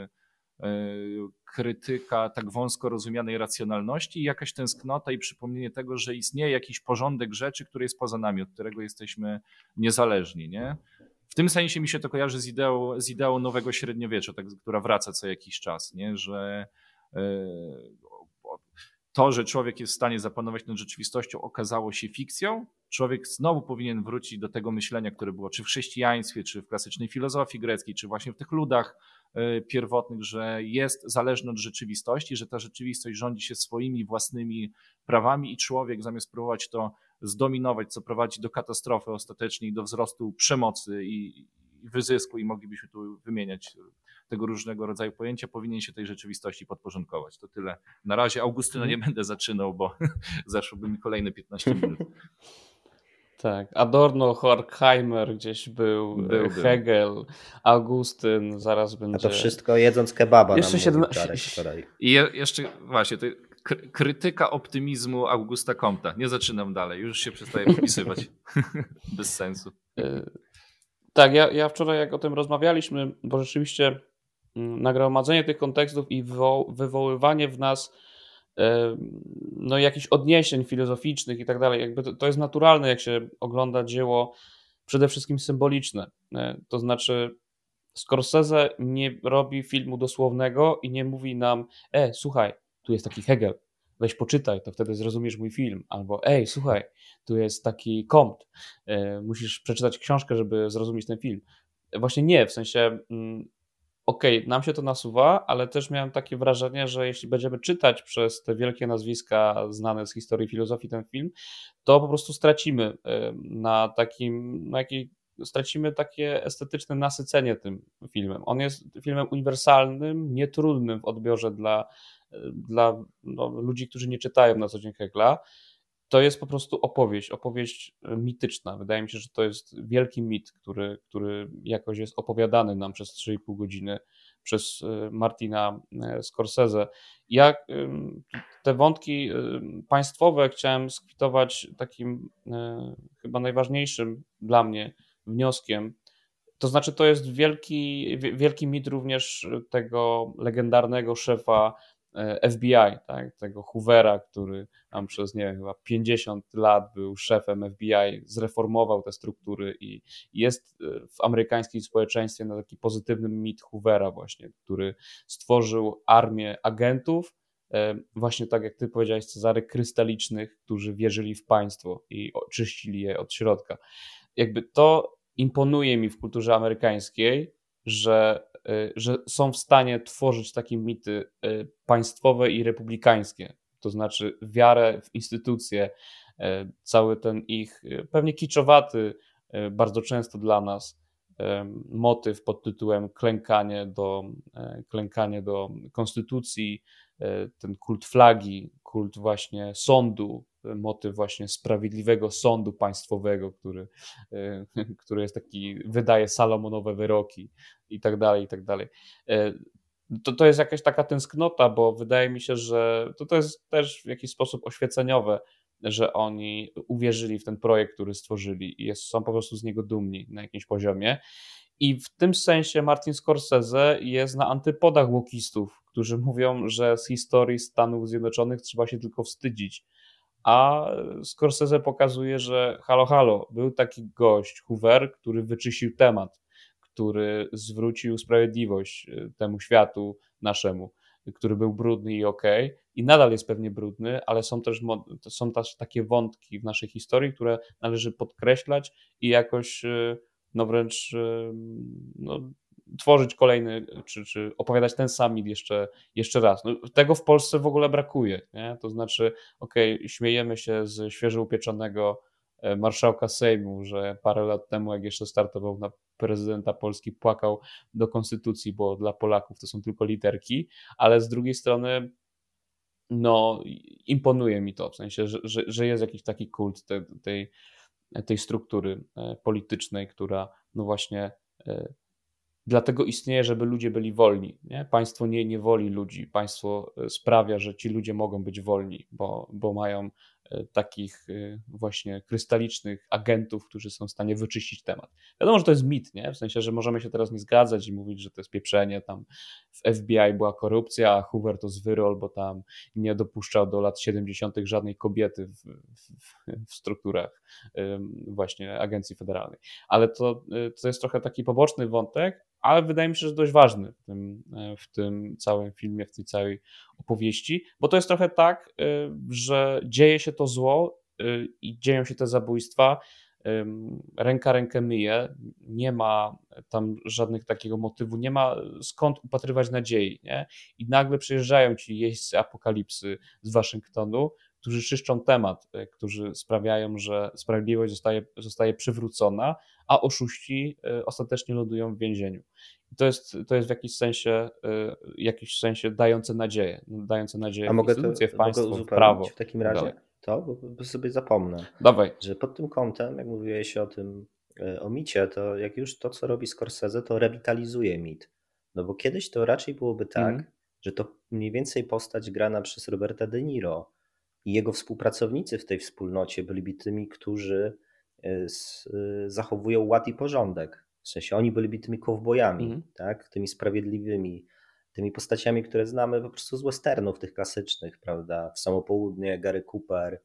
krytyka tak wąsko rozumianej racjonalności i jakaś tęsknota i przypomnienie tego, że istnieje jakiś porządek rzeczy, który jest poza nami, od którego jesteśmy niezależni. Nie? W tym sensie mi się to kojarzy z ideą, z ideą nowego średniowiecza, tak, która wraca co jakiś czas, nie? Że to, że człowiek jest w stanie zapanować nad rzeczywistością, okazało się fikcją. Człowiek znowu powinien wrócić do tego myślenia, które było czy w chrześcijaństwie, czy w klasycznej filozofii greckiej, czy właśnie w tych ludach pierwotnych, że jest zależny od rzeczywistości, że ta rzeczywistość rządzi się swoimi własnymi prawami i człowiek zamiast próbować to zdominować, co prowadzi do katastrofy ostatecznej, do wzrostu przemocy i wyzysku i moglibyśmy tu wymieniać tego różnego rodzaju pojęcia, powinien się tej rzeczywistości podporządkować. To tyle. Na razie Augustyna hmm. nie będę zaczynał, bo zaszłoby mi kolejne piętnaście minut. Tak, Adorno, Horkheimer gdzieś był, był Hegel, był. Augustyn, zaraz będzie... A to wszystko jedząc kebaba jeszcze nam siedemnaście... mówił wczoraj. I je, jeszcze właśnie, to krytyka optymizmu Augusta Comta. Nie zaczynam dalej, już się przestaję popisywać. Bez sensu. Tak, ja, ja wczoraj jak o tym rozmawialiśmy, bo rzeczywiście nagromadzenie tych kontekstów i wywo- wywoływanie w nas no, jakichś odniesień filozoficznych i tak dalej, jakby to, to jest naturalne, jak się ogląda dzieło przede wszystkim symboliczne. To znaczy Scorsese nie robi filmu dosłownego i nie mówi nam, e, słuchaj, tu jest taki Hegel, weź poczytaj, to wtedy zrozumiesz mój film. Albo ej, słuchaj, tu jest taki Comte, musisz przeczytać książkę, żeby zrozumieć ten film. Właśnie nie, w sensie okej, okay, nam się to nasuwa, ale też miałem takie wrażenie, że jeśli będziemy czytać przez te wielkie nazwiska znane z historii filozofii ten film, to po prostu stracimy na takim, na jakiej, stracimy takie estetyczne nasycenie tym filmem. On jest filmem uniwersalnym, nietrudnym w odbiorze dla, dla no, ludzi, którzy nie czytają na co dzień Hegla. To jest po prostu opowieść, opowieść mityczna. Wydaje mi się, że to jest wielki mit, który, który jakoś jest opowiadany nam przez trzy i pół godziny przez Martina Scorsese. Ja te wątki państwowe chciałem skwitować takim chyba najważniejszym dla mnie wnioskiem. To znaczy, to jest wielki, wielki mit również tego legendarnego szefa F B I, tak? Tego Hoovera, który tam przez, nie wiem, chyba pięćdziesiąt lat był szefem F B I, zreformował te struktury i jest w amerykańskim społeczeństwie na taki pozytywny mit Hoovera właśnie, który stworzył armię agentów, właśnie tak jak ty powiedziałeś, Cezary, krystalicznych, którzy wierzyli w państwo i oczyścili je od środka. Jakby to imponuje mi w kulturze amerykańskiej, że, że są w stanie tworzyć takie mity państwowe i republikańskie, to znaczy wiarę w instytucje, cały ten ich pewnie kiczowaty, bardzo często dla nas motyw pod tytułem klękanie do, klękanie do konstytucji, ten kult flagi, kult właśnie sądu, motyw właśnie sprawiedliwego sądu państwowego, który, który jest taki, wydaje salomonowe wyroki i tak dalej, i tak dalej. To, to jest jakaś taka tęsknota, bo wydaje mi się, że to, to jest też w jakiś sposób oświeceniowe, że oni uwierzyli w ten projekt, który stworzyli i jest, są po prostu z niego dumni na jakimś poziomie. I w tym sensie Martin Scorsese jest na antypodach wokistów, którzy mówią, że z historii Stanów Zjednoczonych trzeba się tylko wstydzić. A Scorsese pokazuje, że halo, halo, był taki gość, Hoover, który wyczyścił temat, który zwrócił sprawiedliwość temu światu naszemu, który był brudny i okej, okay, i nadal jest pewnie brudny, ale są też, są też takie wątki w naszej historii, które należy podkreślać i jakoś no wręcz no, tworzyć kolejny, czy, czy opowiadać ten sam mit jeszcze, jeszcze raz. No, tego w Polsce w ogóle brakuje, nie? To znaczy, okej, okay, śmiejemy się z świeżo upieczonego marszałka Sejmu, że parę lat temu, jak jeszcze startował na prezydenta Polski, płakał do konstytucji, bo dla Polaków to są tylko literki, ale z drugiej strony no imponuje mi to, w sensie, że, że, że jest jakiś taki kult tej, tej, tej struktury politycznej, która no właśnie dlatego istnieje, żeby ludzie byli wolni. Nie? Państwo nie, nie woli ludzi, państwo sprawia, że ci ludzie mogą być wolni, bo, bo mają takich właśnie krystalicznych agentów, którzy są w stanie wyczyścić temat. Wiadomo, że to jest mit, nie? W sensie, że możemy się teraz nie zgadzać i mówić, że to jest pieprzenie, tam w F B I była korupcja, a Hoover to zwyrol, bo tam nie dopuszczał do lat siedemdziesiątych żadnej kobiety w, w, w strukturach właśnie agencji federalnej. Ale to, to jest trochę taki poboczny wątek, ale wydaje mi się, że dość ważny w tym, w tym całym filmie, w tej całej opowieści, bo to jest trochę tak, że dzieje się to zło i dzieją się te zabójstwa, ręka rękę myje, nie ma tam żadnych takiego motywu, nie ma skąd upatrywać nadziei, nie? I nagle przyjeżdżają ci jeźdźcy apokalipsy z Waszyngtonu, którzy czyszczą temat, którzy sprawiają, że sprawiedliwość zostaje, zostaje przywrócona, a oszuści ostatecznie lądują w więzieniu. I to jest, to jest w jakiś sensie, jakiś sensie dające nadzieję, dające nadzieję A w mogę to instytucje, w mogę państwo, w uzupełnić prawo. w takim i tak razie dalej. to, bo, bo sobie zapomnę, Dawaj. że pod tym kątem, jak mówiłeś o tym, o micie, to jak już to, co robi Scorsese, to rewitalizuje mit. No bo kiedyś to raczej byłoby tak, Mhm. że to mniej więcej postać grana przez Roberta De Niro i jego współpracownicy w tej wspólnocie byliby tymi, którzy z, zachowują ład i porządek. W sensie oni byliby tymi kowbojami, Mhm. tak? Tymi sprawiedliwymi, tymi postaciami, które znamy po prostu z westernów tych klasycznych, prawda? W Samo Południe, Gary Cooper,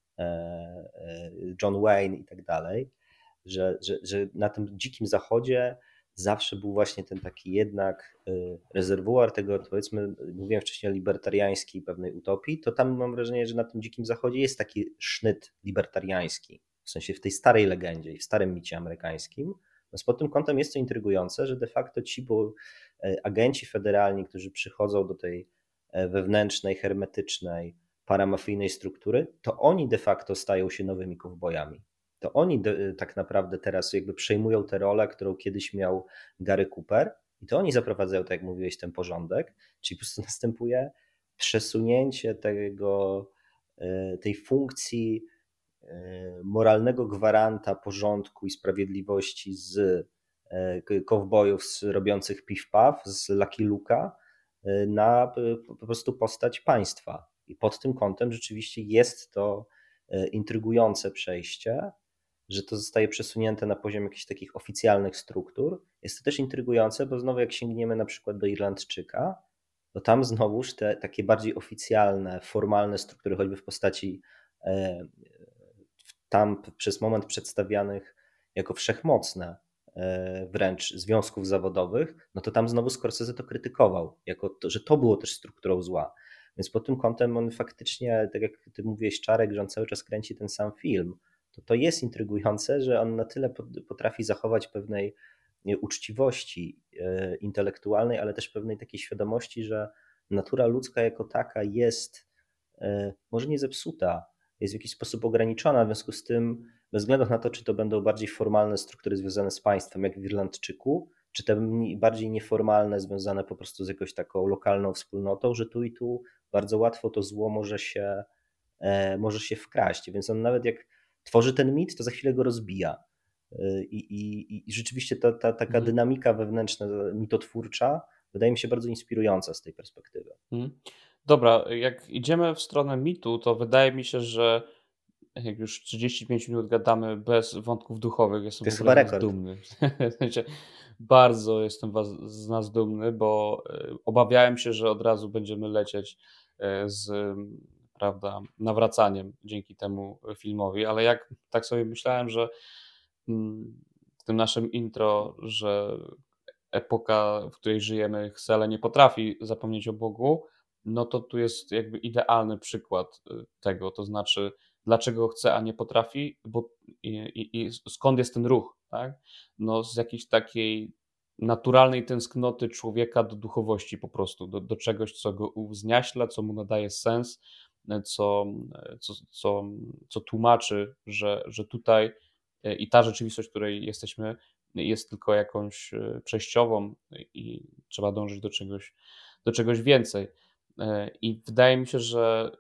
John Wayne i tak dalej, że, że, że na tym dzikim zachodzie zawsze był właśnie ten taki jednak rezerwuar tego, powiedzmy, mówiłem wcześniej o libertariańskiej pewnej utopii, to tam mam wrażenie, że na tym dzikim zachodzie jest taki sznyt libertariański, w sensie w tej starej legendzie i w starym micie amerykańskim. Więc pod tym kątem jest to intrygujące, że de facto ci bo agenci federalni, którzy przychodzą do tej wewnętrznej, hermetycznej, paramafijnej struktury, to oni de facto stają się nowymi kowbojami. To oni de, tak naprawdę teraz jakby przejmują tę rolę, którą kiedyś miał Gary Cooper i to oni zaprowadzają, tak jak mówiłeś, ten porządek, czyli po prostu następuje przesunięcie tego, tej funkcji moralnego gwaranta porządku i sprawiedliwości z kowbojów robiących piw-paw z Lucky Luke'a na po prostu postać państwa. I pod tym kątem rzeczywiście jest to intrygujące przejście, że to zostaje przesunięte na poziom jakichś takich oficjalnych struktur. Jest to też intrygujące, bo znowu jak sięgniemy na przykład do Irlandczyka, to tam znowuż te takie bardziej oficjalne, formalne struktury, choćby w postaci tam przez moment przedstawianych jako wszechmocne wręcz związków zawodowych, no to tam znowu Scorsese to krytykował, jako to, że to było też strukturą zła. Więc pod tym kątem on faktycznie, tak jak ty mówiłeś, Czarek, że on cały czas kręci ten sam film, to to jest intrygujące, że on na tyle potrafi zachować pewnej uczciwości intelektualnej, ale też pewnej takiej świadomości, że natura ludzka jako taka jest może nie zepsuta, jest w jakiś sposób ograniczona, w związku z tym bez względu na to, czy to będą bardziej formalne struktury związane z państwem, jak w Irlandczyku, czy te bardziej nieformalne, związane po prostu z jakąś taką lokalną wspólnotą, że tu i tu bardzo łatwo to zło może się, może się wkraść. Więc on nawet jak tworzy ten mit, to za chwilę go rozbija. I, i, i rzeczywiście ta, ta taka mhm. dynamika wewnętrzna, mitotwórcza, wydaje mi się bardzo inspirująca z tej perspektywy. Mhm. Dobra, jak idziemy w stronę mitu, to wydaje mi się, że jak już trzydzieści pięć minut gadamy bez wątków duchowych, jestem to jest w ogóle chyba z nas rekord. dumny. Bardzo jestem was, z nas dumny, bo obawiałem się, że od razu będziemy lecieć z, prawda, nawracaniem dzięki temu filmowi, ale jak tak sobie myślałem, że w tym naszym intro, że epoka, w której żyjemy, chce, ale nie potrafi zapomnieć o Bogu, no to tu jest jakby idealny przykład tego, to znaczy dlaczego chce, a nie potrafi, bo i, i, i skąd jest ten ruch, tak? No z jakiejś takiej naturalnej tęsknoty człowieka do duchowości po prostu, do, do czegoś, co go uwzniaśla, co mu nadaje sens, co, co, co, co tłumaczy, że, że tutaj i ta rzeczywistość, w której jesteśmy, jest tylko jakąś przejściową i trzeba dążyć do czegoś, do czegoś więcej. I wydaje mi się, że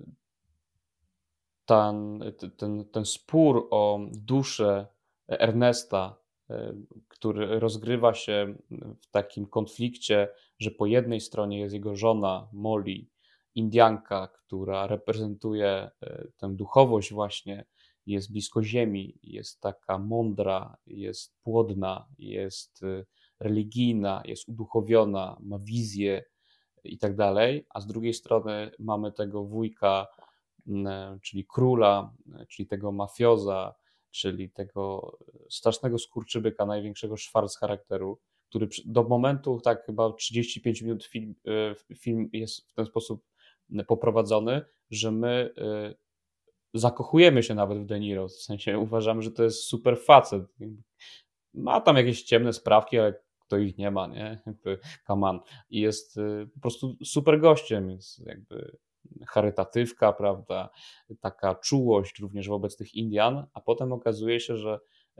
ten, ten, ten spór o duszę Ernesta, który rozgrywa się w takim konflikcie, że po jednej stronie jest jego żona Molly, Indianka, która reprezentuje tę duchowość właśnie, jest blisko ziemi, jest taka mądra, jest płodna, jest religijna, jest uduchowiona, ma wizję i tak dalej, a z drugiej strony mamy tego wujka, czyli króla, czyli tego mafioza, czyli tego strasznego skurczybyka, największego szwarc charakteru, który do momentu, tak chyba trzydzieści pięć minut film, film jest w ten sposób poprowadzony, że my zakochujemy się nawet w De Niro, w sensie uważamy, że to jest super facet. Ma tam jakieś ciemne sprawki, ale kto ich nie ma, nie? Jakby, come on. I jest po prostu super gościem, jest jakby charytatywka, prawda, taka czułość również wobec tych Indian, a potem okazuje się, że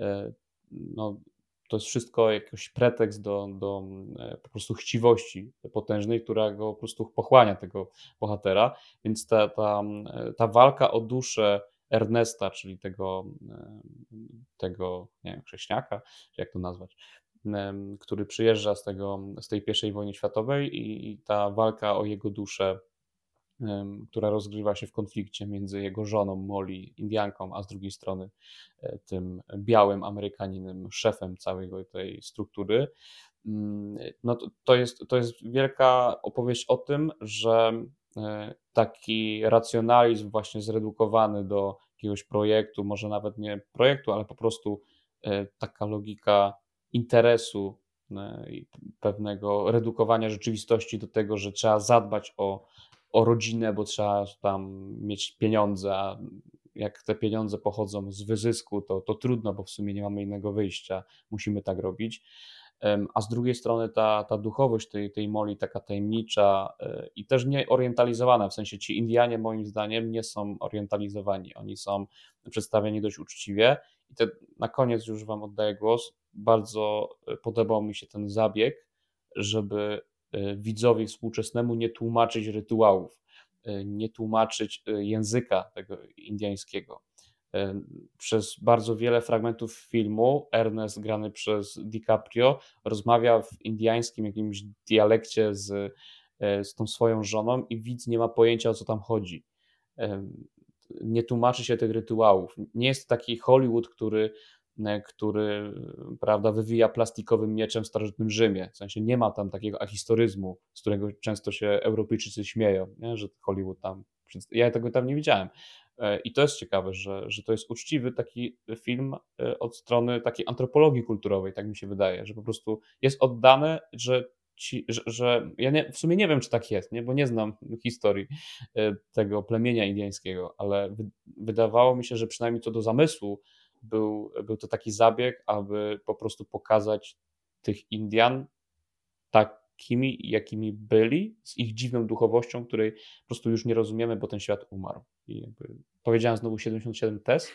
no, to jest wszystko jakiś pretekst do, do po prostu chciwości potężnej, która go po prostu pochłania, tego bohatera, więc ta, ta, ta walka o duszę Ernesta, czyli tego, tego nie wiem, chrześniaka, czy jak to nazwać, który przyjeżdża z, tego, z tej pierwszej wojny światowej i, i ta walka o jego duszę, która rozgrywa się w konflikcie między jego żoną Molly, Indianką, a z drugiej strony tym białym Amerykaninem, szefem całej tej struktury. No to, to, jest, to jest wielka opowieść o tym, że taki racjonalizm właśnie zredukowany do jakiegoś projektu, może nawet nie projektu, ale po prostu taka logika interesu i pewnego redukowania rzeczywistości do tego, że trzeba zadbać o o rodzinę, bo trzeba tam mieć pieniądze, a jak te pieniądze pochodzą z wyzysku, to, to trudno, bo w sumie nie mamy innego wyjścia, musimy tak robić. A z drugiej strony ta, ta duchowość tej, tej Molly, taka tajemnicza i też nie orientalizowana, w sensie ci Indianie moim zdaniem nie są orientalizowani, oni są przedstawieni dość uczciwie i te, na koniec już wam oddaję głos, bardzo podobał mi się ten zabieg, żeby widzowi współczesnemu nie tłumaczyć rytuałów, nie tłumaczyć języka tego indyjskiego, Przez bardzo wiele fragmentów filmu Ernest, grany przez DiCaprio, rozmawia w indyjskim jakimś dialekcie z, z tą swoją żoną i widz nie ma pojęcia, o co tam chodzi. Nie tłumaczy się tych rytuałów. Nie jest taki Hollywood, który, który prawda, wywija plastikowym mieczem w starożytnym Rzymie. W sensie nie ma tam takiego ahistoryzmu, z którego często się Europejczycy śmieją, nie? Że Hollywood tam... Ja tego tam nie widziałem. I to jest ciekawe, że, że to jest uczciwy taki film od strony takiej antropologii kulturowej, tak mi się wydaje, że po prostu jest oddane, że Ci, że, że ja nie, w sumie nie wiem, czy tak jest, nie? Bo nie znam historii tego plemienia indyjskiego, ale wy, wydawało mi się, że przynajmniej co do zamysłu był, był to taki zabieg, aby po prostu pokazać tych Indian takimi, jakimi byli, z ich dziwną duchowością, której po prostu już nie rozumiemy, bo ten świat umarł. I jakby powiedziałem znowu siedemdziesiąt siedem tez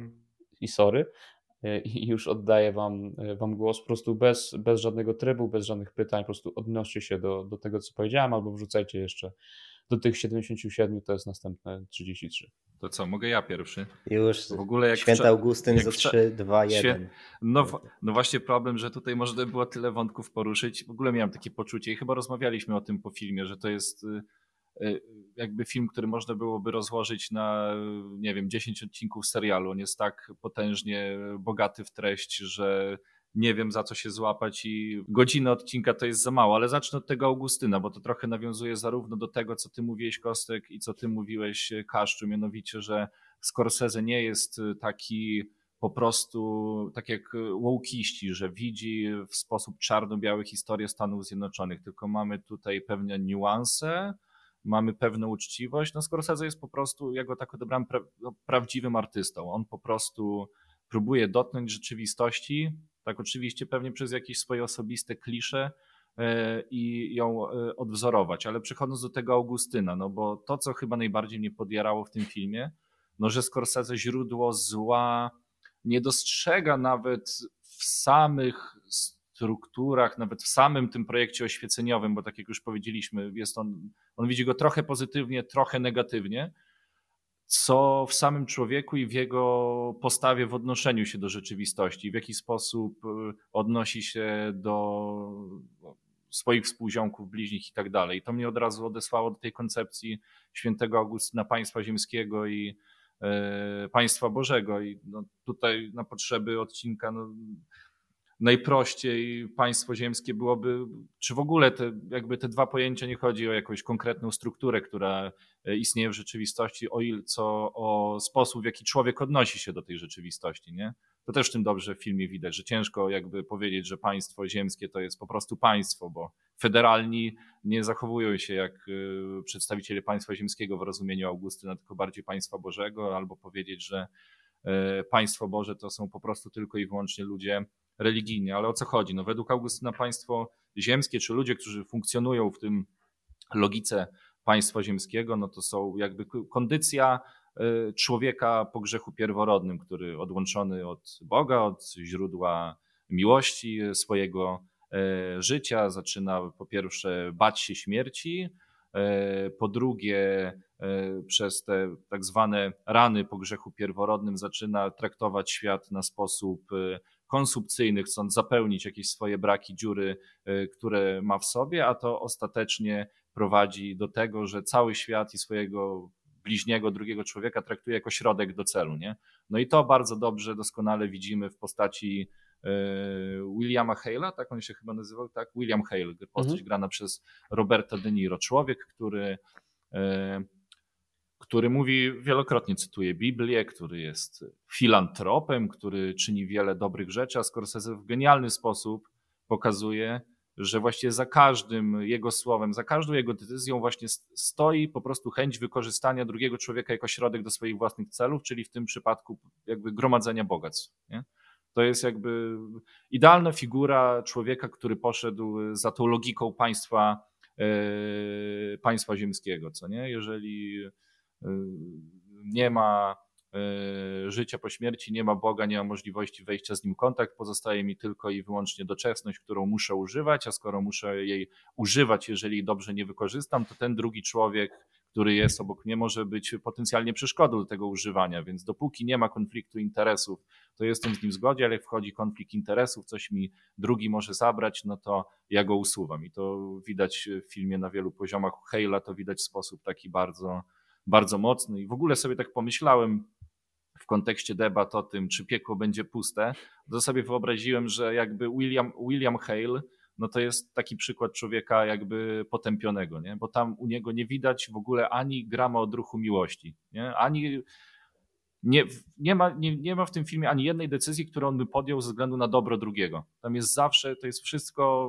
i sorry, i już oddaję wam, wam głos po prostu bez, bez żadnego trybu, bez żadnych pytań, po prostu odnoście się do, do tego, co powiedziałem, albo wrzucajcie jeszcze do tych siedemdziesięciu siedmiu, to jest następne trzydzieści trzy. To co, mogę ja pierwszy? Już w ogóle jak Święty wcza- Augustyn jak za wcza- trzy, dwa, Świę- jeden. No, w- no właśnie problem, że tutaj można było tyle wątków poruszyć. W ogóle miałem takie poczucie i chyba rozmawialiśmy o tym po filmie, że to jest y, y, jakby film, który można byłoby rozłożyć na, y, nie wiem, dziesięć odcinków serialu. On jest tak potężnie bogaty w treść, że nie wiem, za co się złapać i godzina odcinka to jest za mało, ale zacznę od tego Augustyna, bo to trochę nawiązuje zarówno do tego, co ty mówiłeś, Kostek, i co ty mówiłeś, Kaszczu, mianowicie, że Scorsese nie jest taki po prostu, tak jak wołkiści, że widzi w sposób czarno-biały historię Stanów Zjednoczonych, tylko mamy tutaj pewne niuanse, mamy pewną uczciwość. No Scorsese jest po prostu, ja go tak odebrałem, pra- no, prawdziwym artystą. On po prostu próbuje dotknąć rzeczywistości, tak oczywiście pewnie przez jakieś swoje osobiste klisze e, i ją e, odwzorować. Ale przechodząc do tego Augustyna, no bo to, co chyba najbardziej mnie podjarało w tym filmie, no że Scorsese źródło zła nie dostrzega nawet w samych strukturach, nawet w samym tym projekcie oświeceniowym, bo tak jak już powiedzieliśmy, jest on, on widzi go trochę pozytywnie, trochę negatywnie, co w samym człowieku i w jego postawie w odnoszeniu się do rzeczywistości, w jaki sposób odnosi się do swoich współziomków, bliźnich i tak dalej. To mnie od razu odesłało do tej koncepcji świętego Augustyna Państwa Ziemskiego i e, Państwa Bożego. I no, tutaj na potrzeby odcinka no, najprościej państwo ziemskie byłoby, czy w ogóle te, jakby te dwa pojęcia, nie chodzi o jakąś konkretną strukturę, która istnieje w rzeczywistości, o il, co o sposób, w jaki człowiek odnosi się do tej rzeczywistości, nie? To też w tym dobrze w filmie widać, że ciężko jakby powiedzieć, że państwo ziemskie to jest po prostu państwo, bo federalni nie zachowują się jak przedstawiciele państwa ziemskiego w rozumieniu Augustyna, tylko bardziej państwa Bożego, albo powiedzieć, że państwo Boże to są po prostu tylko i wyłącznie ludzie religijni. Ale o co chodzi? No według Augustyna państwo ziemskie, czy ludzie, którzy funkcjonują w tym logice państwa ziemskiego, no to są jakby kondycja człowieka po grzechu pierworodnym, który odłączony od Boga, od źródła miłości swojego życia, zaczyna po pierwsze bać się śmierci, po drugie przez te tak zwane rany po grzechu pierworodnym zaczyna traktować świat na sposób konsumpcyjny, chcąc zapełnić jakieś swoje braki, dziury, które ma w sobie, a to ostatecznie prowadzi do tego, że cały świat i swojego bliźniego, drugiego człowieka traktuje jako środek do celu, nie? No i to bardzo dobrze, doskonale widzimy w postaci Williama Hale'a, tak on się chyba nazywał, tak? William Hale, postać mhm. grana przez Roberta De Niro. Człowiek, który, który mówi, wielokrotnie cytuje Biblię, który jest filantropem, który czyni wiele dobrych rzeczy, a Scorsese w genialny sposób pokazuje, że właściwie za każdym jego słowem, za każdą jego decyzją właśnie stoi po prostu chęć wykorzystania drugiego człowieka jako środek do swoich własnych celów, czyli w tym przypadku jakby gromadzenia bogactw, nie? To jest jakby idealna figura człowieka, który poszedł za tą logiką państwa, yy, państwa ziemskiego, co nie? Jeżeli yy, nie ma yy, życia po śmierci, nie ma Boga, nie ma możliwości wejścia z nim w kontakt, pozostaje mi tylko i wyłącznie doczesność, którą muszę używać, a skoro muszę jej używać, jeżeli dobrze nie wykorzystam, to ten drugi człowiek, który jest obok mnie, może być potencjalnie przeszkodą do tego używania, więc dopóki nie ma konfliktu interesów, to jestem z nim w zgodzie, ale jak wchodzi konflikt interesów, coś mi drugi może zabrać, no to ja go usuwam i to widać w filmie na wielu poziomach. U Hale'a to widać w sposób taki bardzo, bardzo mocny i w ogóle sobie tak pomyślałem w kontekście debat o tym, czy piekło będzie puste, to sobie wyobraziłem, że jakby William, William Hale, no to jest taki przykład człowieka jakby potępionego, nie? Bo tam u niego nie widać w ogóle ani grama odruchu miłości, nie? Ani nie, nie, ma, nie, nie ma w tym filmie ani jednej decyzji, którą on by podjął ze względu na dobro drugiego. Tam jest zawsze, to jest wszystko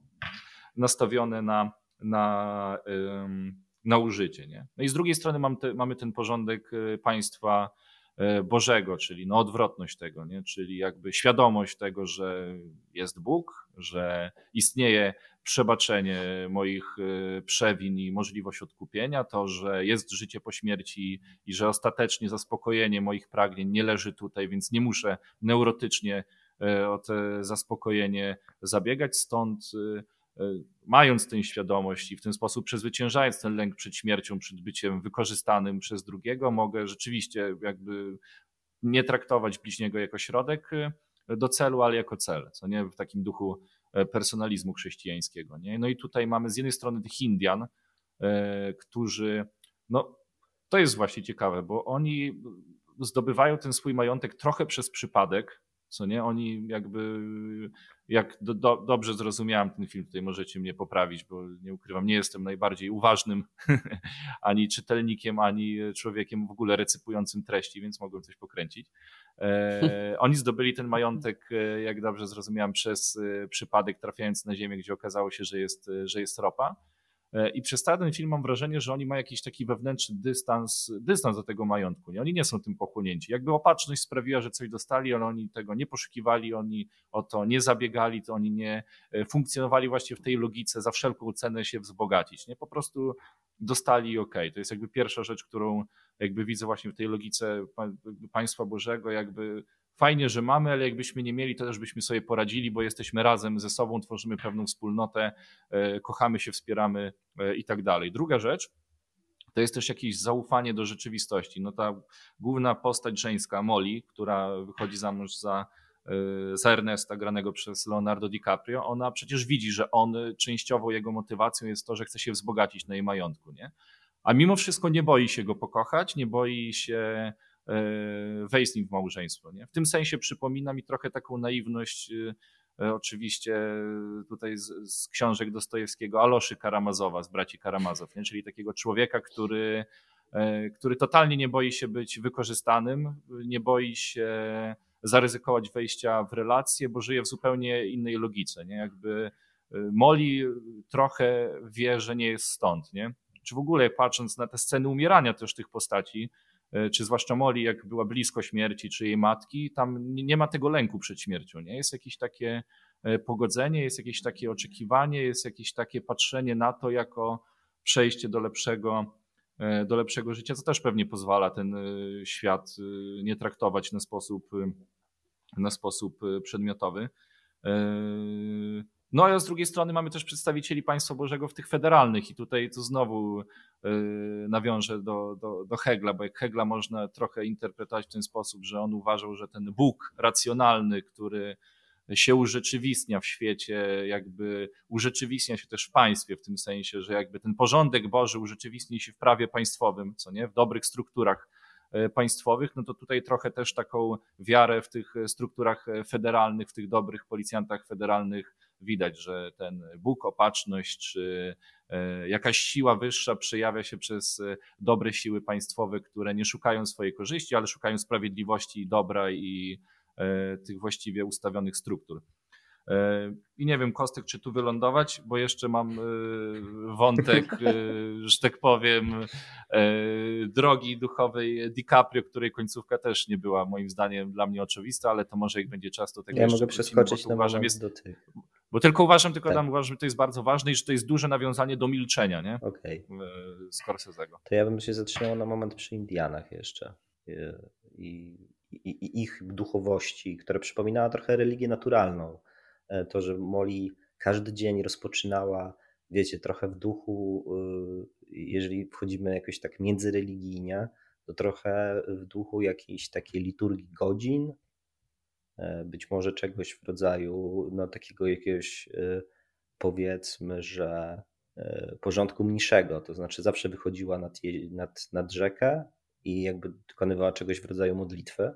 nastawione na, na, ym, na użycie, nie? No i z drugiej strony mamy, te, mamy ten porządek państwa Bożego, czyli no odwrotność tego, nie? Czyli jakby świadomość tego, że jest Bóg, że istnieje przebaczenie moich przewin i możliwość odkupienia, to, że jest życie po śmierci i że ostatecznie zaspokojenie moich pragnień nie leży tutaj, więc nie muszę neurotycznie o to zaspokojenie zabiegać, stąd mając tę świadomość i w ten sposób przezwyciężając ten lęk przed śmiercią, przed byciem wykorzystanym przez drugiego, mogę rzeczywiście jakby nie traktować bliźniego jako środek do celu, ale jako cel, co nie w takim duchu personalizmu chrześcijańskiego. Nie? No i tutaj mamy z jednej strony tych Indian, którzy, no to jest właśnie ciekawe, bo oni zdobywają ten swój majątek trochę przez przypadek, co nie? Oni jakby, jak do, do, dobrze zrozumiałem ten film, tutaj możecie mnie poprawić, bo nie ukrywam, nie jestem najbardziej uważnym ani czytelnikiem, ani człowiekiem w ogóle recypującym treści, więc mogłem coś pokręcić. E, oni zdobyli ten majątek, jak dobrze zrozumiałem, przez przypadek, trafiając na ziemię, gdzie okazało się, że jest, że jest ropa. I przez cały ten film mam wrażenie, że oni mają jakiś taki wewnętrzny dystans, dystans do tego majątku. Nie? Oni nie są tym pochłonięci. Jakby opatrzność sprawiła, że coś dostali, ale oni tego nie poszukiwali, oni o to nie zabiegali, to oni nie funkcjonowali właśnie w tej logice za wszelką cenę się wzbogacić. Nie? Po prostu dostali i okej. Okay. To jest jakby pierwsza rzecz, którą jakby widzę właśnie w tej logice Państwa Bożego, jakby fajnie, że mamy, ale jakbyśmy nie mieli, to też byśmy sobie poradzili, bo jesteśmy razem ze sobą, tworzymy pewną wspólnotę, kochamy się, wspieramy i tak dalej. Druga rzecz to jest też jakieś zaufanie do rzeczywistości. No ta główna postać żeńska, Molly, która wychodzi za mąż za, za Ernesta, granego przez Leonardo DiCaprio, ona przecież widzi, że on, częściowo jego motywacją jest to, że chce się wzbogacić na jej majątku, nie? A mimo wszystko nie boi się go pokochać, nie boi się wejść z nim w małżeństwo. Nie? W tym sensie przypomina mi trochę taką naiwność, oczywiście tutaj z, z książek Dostojewskiego, Aloszy Karamazowa, z braci Karamazow, nie? Czyli takiego człowieka, który, który totalnie nie boi się być wykorzystanym, nie boi się zaryzykować wejścia w relacje, bo żyje w zupełnie innej logice. Nie? Jakby Molly trochę wie, że nie jest stąd. Nie? Czy w ogóle patrząc na te sceny umierania też tych postaci, czy zwłaszcza Molly, jak była blisko śmierci, czy jej matki, tam nie ma tego lęku przed śmiercią. Nie? Jest jakieś takie pogodzenie, jest jakieś takie oczekiwanie, jest jakieś takie patrzenie na to jako przejście do lepszego, do lepszego życia, co też pewnie pozwala ten świat nie traktować na sposób, na sposób przedmiotowy. No a z drugiej strony mamy też przedstawicieli Państwa Bożego w tych federalnych i tutaj to znowu nawiążę do, do, do Hegla, bo jak Hegla można trochę interpretować w ten sposób, że on uważał, że ten Bóg racjonalny, który się urzeczywistnia w świecie, jakby urzeczywistnia się też w państwie, w tym sensie, że jakby ten porządek Boży urzeczywistni się w prawie państwowym, co nie, w dobrych strukturach państwowych, no to tutaj trochę też taką wiarę w tych strukturach federalnych, w tych dobrych policjantach federalnych widać, że ten Bóg, opatrzność czy jakaś siła wyższa przejawia się przez dobre siły państwowe, które nie szukają swojej korzyści, ale szukają sprawiedliwości, dobra i tych właściwie ustawionych struktur. I nie wiem, Kostek, czy tu wylądować, bo jeszcze mam wątek, że tak powiem, drogi duchowej DiCaprio, której końcówka też nie była moim zdaniem dla mnie oczywista, ale to może jak będzie czas, to tego ja jeszcze mogę przeskoczyć na uważam, moment jest, do tych. Bo tylko uważam, tylko tak. tam uważam, że to jest bardzo ważne i że to jest duże nawiązanie do milczenia, nie? Okay. Scorsese'ego. To ja bym się zatrzymał na moment przy Indianach jeszcze i, i, i ich duchowości, która przypominała trochę religię naturalną. To, że Molly każdy dzień rozpoczynała, wiecie, trochę w duchu jeżeli wchodzimy jakoś tak międzyreligijnie, to trochę w duchu jakiejś takiej liturgii godzin, być może czegoś w rodzaju no, takiego jakiegoś powiedzmy, że porządku mniejszego, to znaczy zawsze wychodziła nad, nad, nad rzekę i jakby dokonywała czegoś w rodzaju modlitwy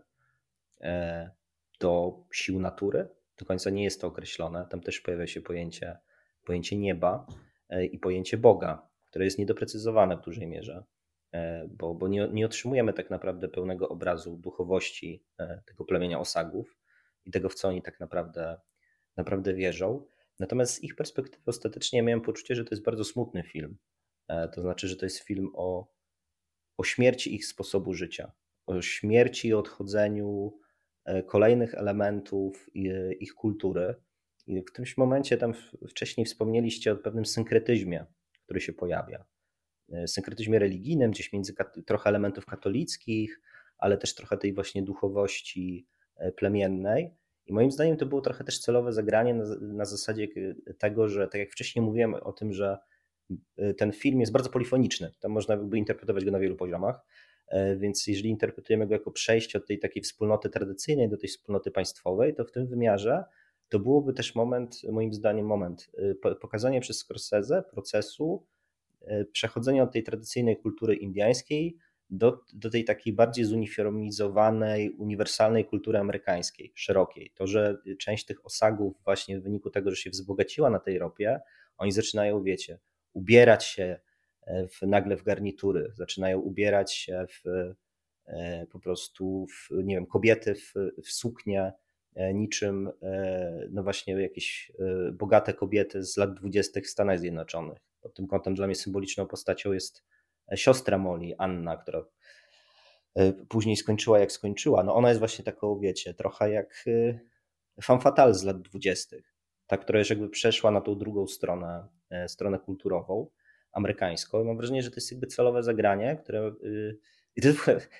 do sił natury. Do końca nie jest to określone. Tam też pojawia się pojęcie, pojęcie nieba i pojęcie Boga, które jest niedoprecyzowane w dużej mierze, bo, bo nie, nie otrzymujemy tak naprawdę pełnego obrazu duchowości tego plemienia Osagów i tego, w co oni tak naprawdę, naprawdę wierzą. Natomiast z ich perspektywy ostatecznie miałem poczucie, że to jest bardzo smutny film. To znaczy, że to jest film o, o śmierci ich sposobu życia, o śmierci i odchodzeniu kolejnych elementów ich kultury. I w którymś momencie tam wcześniej wspomnieliście o pewnym synkretyzmie, który się pojawia. Synkretyzmie religijnym, gdzieś między trochę elementów katolickich, ale też trochę tej właśnie duchowości plemiennej. I moim zdaniem to było trochę też celowe zagranie na, na zasadzie tego, że tak jak wcześniej mówiłem o tym, że ten film jest bardzo polifoniczny. Tam można by interpretować go na wielu poziomach. Więc jeżeli interpretujemy go jako przejście od tej takiej wspólnoty tradycyjnej do tej wspólnoty państwowej, to w tym wymiarze to byłoby też moment, moim zdaniem moment, pokazanie przez Scorsese procesu przechodzenia od tej tradycyjnej kultury indyjskiej do, do tej takiej bardziej zuniformizowanej, uniwersalnej kultury amerykańskiej, szerokiej. To, że część tych Osagów właśnie w wyniku tego, że się wzbogaciła na tej ropie, oni zaczynają, wiecie, ubierać się w, nagle w garnitury, zaczynają ubierać się w po prostu, w, nie wiem, kobiety w, w suknie, niczym no właśnie jakieś bogate kobiety z lat dwudziestych w Stanach Zjednoczonych. Pod tym kątem dla mnie symboliczną postacią jest siostra Molly, Anna, która później skończyła jak skończyła. No ona jest właśnie taką, wiecie, trochę jak femme fatale z lat dwudziestych. Ta, która już jakby przeszła na tą drugą stronę, stronę kulturową, amerykańską. I mam wrażenie, że to jest jakby celowe zagranie, które... I to,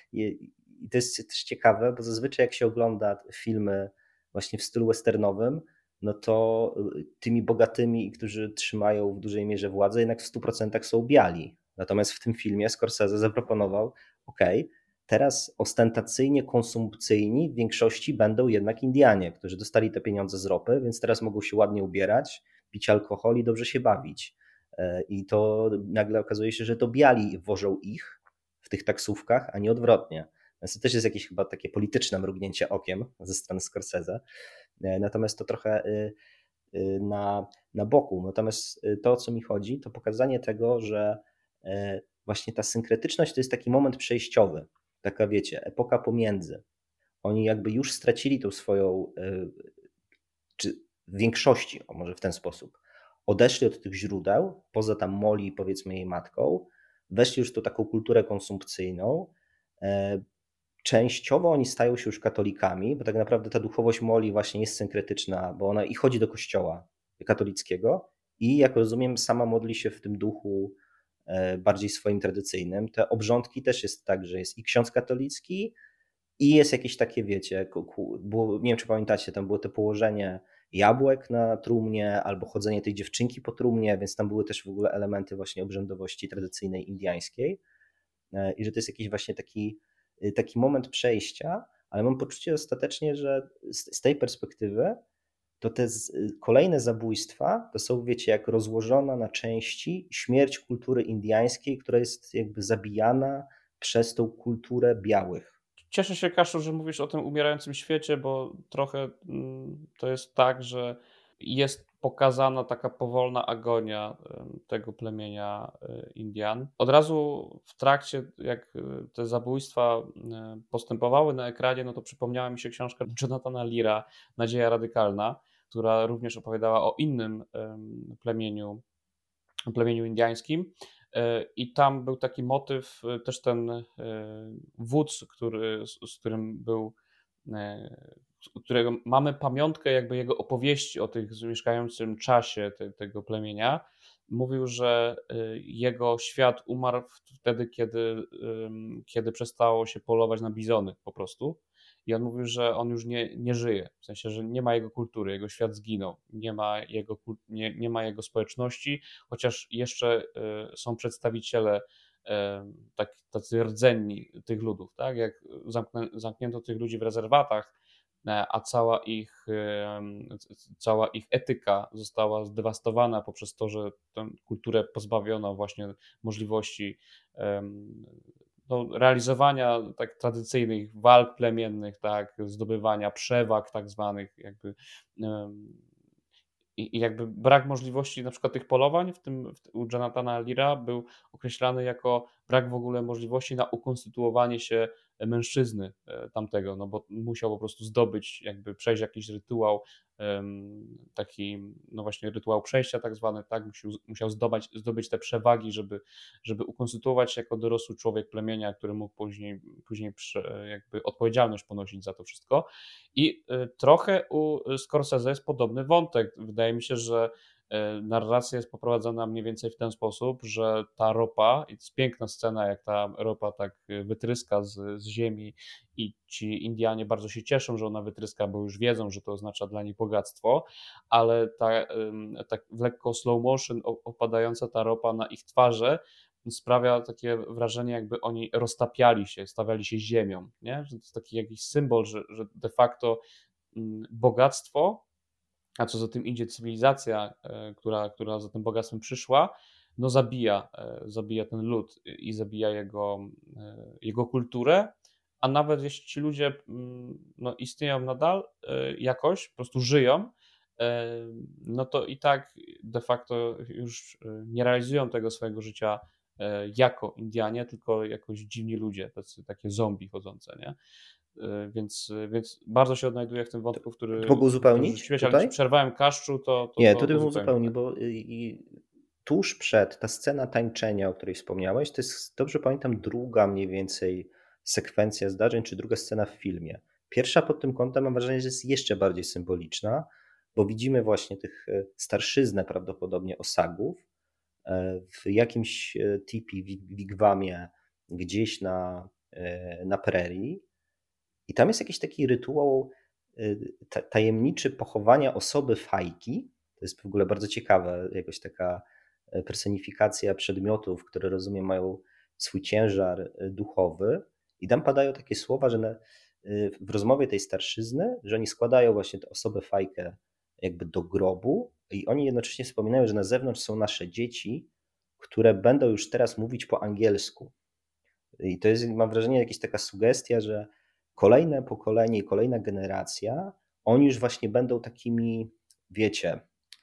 I to jest też ciekawe, bo zazwyczaj jak się ogląda filmy właśnie w stylu westernowym, no to tymi bogatymi, którzy trzymają w dużej mierze władzę, jednak w stu procentach są biali. Natomiast w tym filmie Scorsese zaproponował, ok, teraz ostentacyjnie konsumpcyjni w większości będą jednak Indianie, którzy dostali te pieniądze z ropy, więc teraz mogą się ładnie ubierać, pić alkohol i dobrze się bawić. I to nagle okazuje się, że to biali wożą ich w tych taksówkach, a nie odwrotnie. Więc to też jest jakieś chyba takie polityczne mrugnięcie okiem ze strony Scorsese. Natomiast to trochę na, na boku. Natomiast to, o co mi chodzi, to pokazanie tego, że właśnie ta synkretyczność to jest taki moment przejściowy. Taka, wiecie, epoka pomiędzy. Oni jakby już stracili tą swoją, czy w większości, o może w ten sposób, odeszli od tych źródeł, poza tam Molly, powiedzmy jej matką, weszli już w tą taką kulturę konsumpcyjną. Częściowo oni stają się już katolikami, bo tak naprawdę ta duchowość Molly właśnie jest synkretyczna, bo ona i chodzi do kościoła katolickiego i jak rozumiem sama modli się w tym duchu bardziej swoim tradycyjnym. Te obrządki też jest tak, że jest i ksiądz katolicki i jest jakieś takie, wiecie, było, nie wiem czy pamiętacie, tam było to położenie jabłek na trumnie albo chodzenie tej dziewczynki po trumnie, więc tam były też w ogóle elementy właśnie obrzędowości tradycyjnej indyjskiej i że to jest jakiś właśnie taki taki moment przejścia, ale mam poczucie ostatecznie, że z, z tej perspektywy to te z, kolejne zabójstwa to są, wiecie, jak rozłożona na części śmierć kultury indyjskiej, która jest jakby zabijana przez tą kulturę białych. Cieszę się, Kaszu, że mówisz o tym umierającym świecie, bo trochę to jest tak, że jest pokazana taka powolna agonia tego plemienia Indian. Od razu w trakcie, jak te zabójstwa postępowały na ekranie, no to przypomniała mi się książka Jonathana Leara, Nadzieja radykalna, która również opowiadała o innym plemieniu, plemieniu indyjskim. I tam był taki motyw, też ten wódz, który, z którym był, którego mamy pamiątkę jakby jego opowieści o tych zamieszkającym czasie te, tego plemienia. Mówił, że jego świat umarł wtedy, kiedy, kiedy przestało się polować na bizony po prostu. i on mówił, że on już nie, nie żyje, w sensie, że nie ma jego kultury, jego świat zginął, nie ma jego, nie, nie ma jego społeczności, chociaż jeszcze y, są przedstawiciele y, tak, tacy rdzenni tych ludów, tak, jak zamknę, zamknięto tych ludzi w rezerwatach, a cała ich, cała ich etyka została zdewastowana poprzez to, że tę kulturę pozbawiono właśnie możliwości no, realizowania tak tradycyjnych walk plemiennych, tak, zdobywania przewag tak zwanych, jakby i, i jakby brak możliwości na przykład tych polowań w tym w, u Jonathana Leara był określany jako brak w ogóle możliwości na ukonstytuowanie się mężczyzny e, tamtego, no bo musiał po prostu zdobyć, jakby przejść jakiś rytuał, em, taki, no właśnie rytuał przejścia tak zwany, tak, musiał, musiał zdobyć, zdobyć te przewagi, żeby, żeby ukonstytuować się jako dorosły człowiek plemienia, który mógł później, później prze, jakby odpowiedzialność ponosić za to wszystko. I y, trochę u Scorsese jest podobny wątek. Wydaje mi się, że y, narracja jest poprowadzona mniej więcej w ten sposób, że ta ropa, i to jest piękna scena, jak ta ropa tak y, wytryska z, z ziemi i ci Indianie bardzo się cieszą, że ona wytryska, bo już wiedzą, że to oznacza dla nich bogactwo, ale ta, tak w lekko slow motion opadająca ta ropa na ich twarze sprawia takie wrażenie, jakby oni roztapiali się, stawiali się ziemią, nie? Że to jest taki jakiś symbol, że, że de facto bogactwo, a co za tym idzie cywilizacja, która, która za tym bogactwem przyszła, no zabija, zabija ten lud i zabija jego, jego kulturę, a nawet jeśli ci ludzie no, istnieją nadal jakoś, po prostu żyją, no to i tak de facto już nie realizują tego swojego życia jako Indianie, tylko jakoś dziwni ludzie, tacy, takie zombie chodzące, nie? Więc, więc bardzo się odnajduję w tym wątku, który, To mogę który uzupełnić rzuciłeś, ale tutaj? ci przerwałem Kaszczu, to, to, Nie, to tutaj bym uzupełnię. uzupełnił, Tak. bo i, i tuż przed ta scena tańczenia, o której wspomniałeś, to jest, dobrze pamiętam, druga mniej więcej sekwencja zdarzeń, czy druga scena w filmie. Pierwsza pod tym kątem mam wrażenie, że jest jeszcze bardziej symboliczna, bo widzimy właśnie tych starszyznę prawdopodobnie Osagów w jakimś tipi, wigwamie gdzieś na, na prerii i tam jest jakiś taki rytuał tajemniczy pochowania osoby fajki. To jest w ogóle bardzo ciekawe, jakoś taka personifikacja przedmiotów, które rozumiem mają swój ciężar duchowy. I tam padają takie słowa, że na, w rozmowie tej starszyzny, że oni składają właśnie tę osobę fajkę jakby do grobu i oni jednocześnie wspominają, że na zewnątrz są nasze dzieci, które będą już teraz mówić po angielsku. I to jest, mam wrażenie, jakaś taka sugestia, że kolejne pokolenie i kolejna generacja, oni już właśnie będą takimi, wiecie,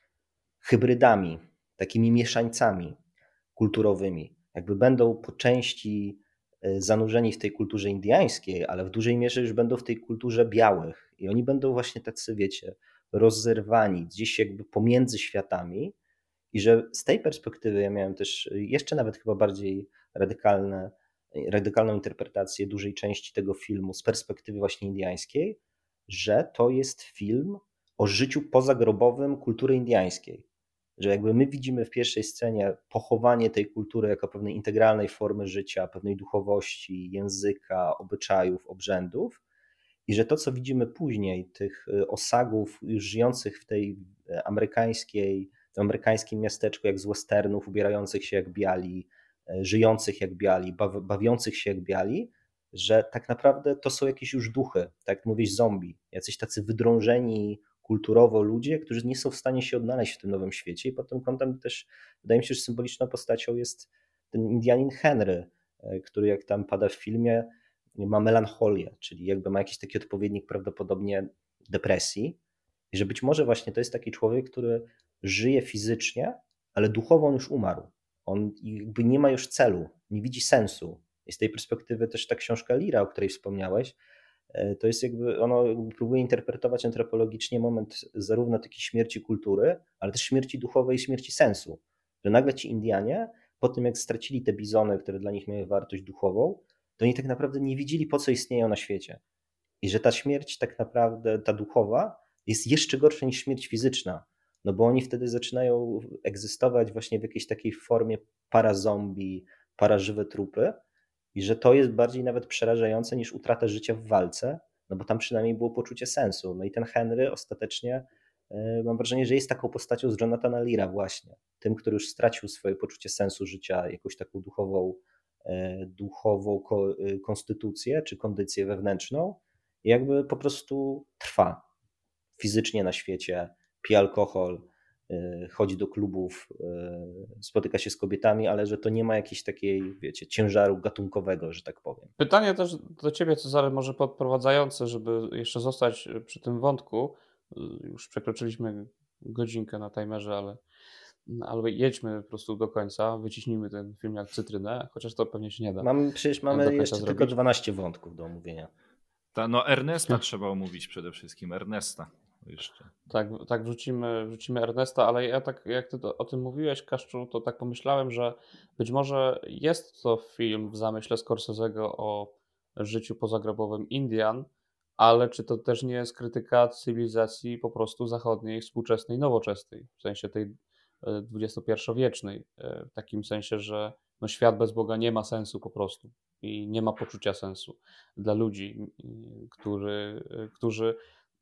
hybrydami, takimi mieszańcami kulturowymi. Jakby będą po części zanurzeni w tej kulturze indyjskiej, ale w dużej mierze już będą w tej kulturze białych. I oni będą właśnie tacy, wiecie, rozerwani gdzieś jakby pomiędzy światami. I że z tej perspektywy ja miałem też jeszcze nawet chyba bardziej radykalne radykalną interpretację dużej części tego filmu z perspektywy właśnie indyjskiej, że to jest film o życiu pozagrobowym kultury indyjskiej. Że jakby my widzimy w pierwszej scenie pochowanie tej kultury jako pewnej integralnej formy życia, pewnej duchowości, języka, obyczajów, obrzędów i że to, co widzimy później, tych Osagów już żyjących w tej amerykańskiej, w amerykańskim miasteczku jak z westernów, ubierających się jak biali, żyjących jak biali, bawiących się jak biali, że tak naprawdę to są jakieś już duchy, tak jak mówisz, zombie, jacyś tacy wydrążeni kulturowo ludzie, którzy nie są w stanie się odnaleźć w tym nowym świecie i pod tym kątem też wydaje mi się, że symboliczną postacią jest ten Indianin Henry, który jak tam pada w filmie ma melancholię, czyli jakby ma jakiś taki odpowiednik prawdopodobnie depresji i że być może właśnie to jest taki człowiek, który żyje fizycznie, ale duchowo on już umarł. On jakby nie ma już celu, nie widzi sensu. I z tej perspektywy też ta książka Leara, o której wspomniałeś, to jest jakby, ono próbuje interpretować antropologicznie moment zarówno takiej śmierci kultury, ale też śmierci duchowej i śmierci sensu. Że nagle ci Indianie, po tym jak stracili te bizony, które dla nich miały wartość duchową, to oni tak naprawdę nie widzieli, po co istnieją na świecie. I że ta śmierć tak naprawdę, ta duchowa, jest jeszcze gorsza niż śmierć fizyczna. No bo oni wtedy zaczynają egzystować właśnie w jakiejś takiej formie parazombie, parażywe trupy i że to jest bardziej nawet przerażające niż utrata życia w walce, no bo tam przynajmniej było poczucie sensu. No i ten Henry ostatecznie, mam wrażenie, że jest taką postacią z Jonathana Leara właśnie, tym, który już stracił swoje poczucie sensu życia, jakąś taką duchową, duchową konstytucję czy kondycję wewnętrzną i jakby po prostu trwa fizycznie na świecie, pije alkohol, chodzi do klubów, spotyka się z kobietami, ale że to nie ma jakiejś takiej, wiecie, ciężaru gatunkowego, że tak powiem. Pytanie też do ciebie, Cezary, może podprowadzające, żeby jeszcze zostać przy tym wątku. Już przekroczyliśmy godzinkę na timerze, ale, ale jedźmy po prostu do końca, wyciśnijmy ten film jak cytrynę, chociaż to pewnie się nie da. Mamy, przecież mamy jeszcze zrobić. tylko dwanaście wątków do omówienia. Ta, no Ernesta trzeba omówić przede wszystkim, Ernesta jeszcze. Tak, tak wrzucimy, wrzucimy Ernesta, ale ja tak jak ty to, o tym mówiłeś, Kaszczu, to tak pomyślałem, że być może jest to film w zamyśle Scorsese'ego o życiu pozagrobowym Indian, ale czy to też nie jest krytyka cywilizacji po prostu zachodniej, współczesnej, nowoczesnej, w sensie tej dwudziestopierwowiecznej, w takim sensie, że no świat bez Boga nie ma sensu po prostu i nie ma poczucia sensu dla ludzi, który, którzy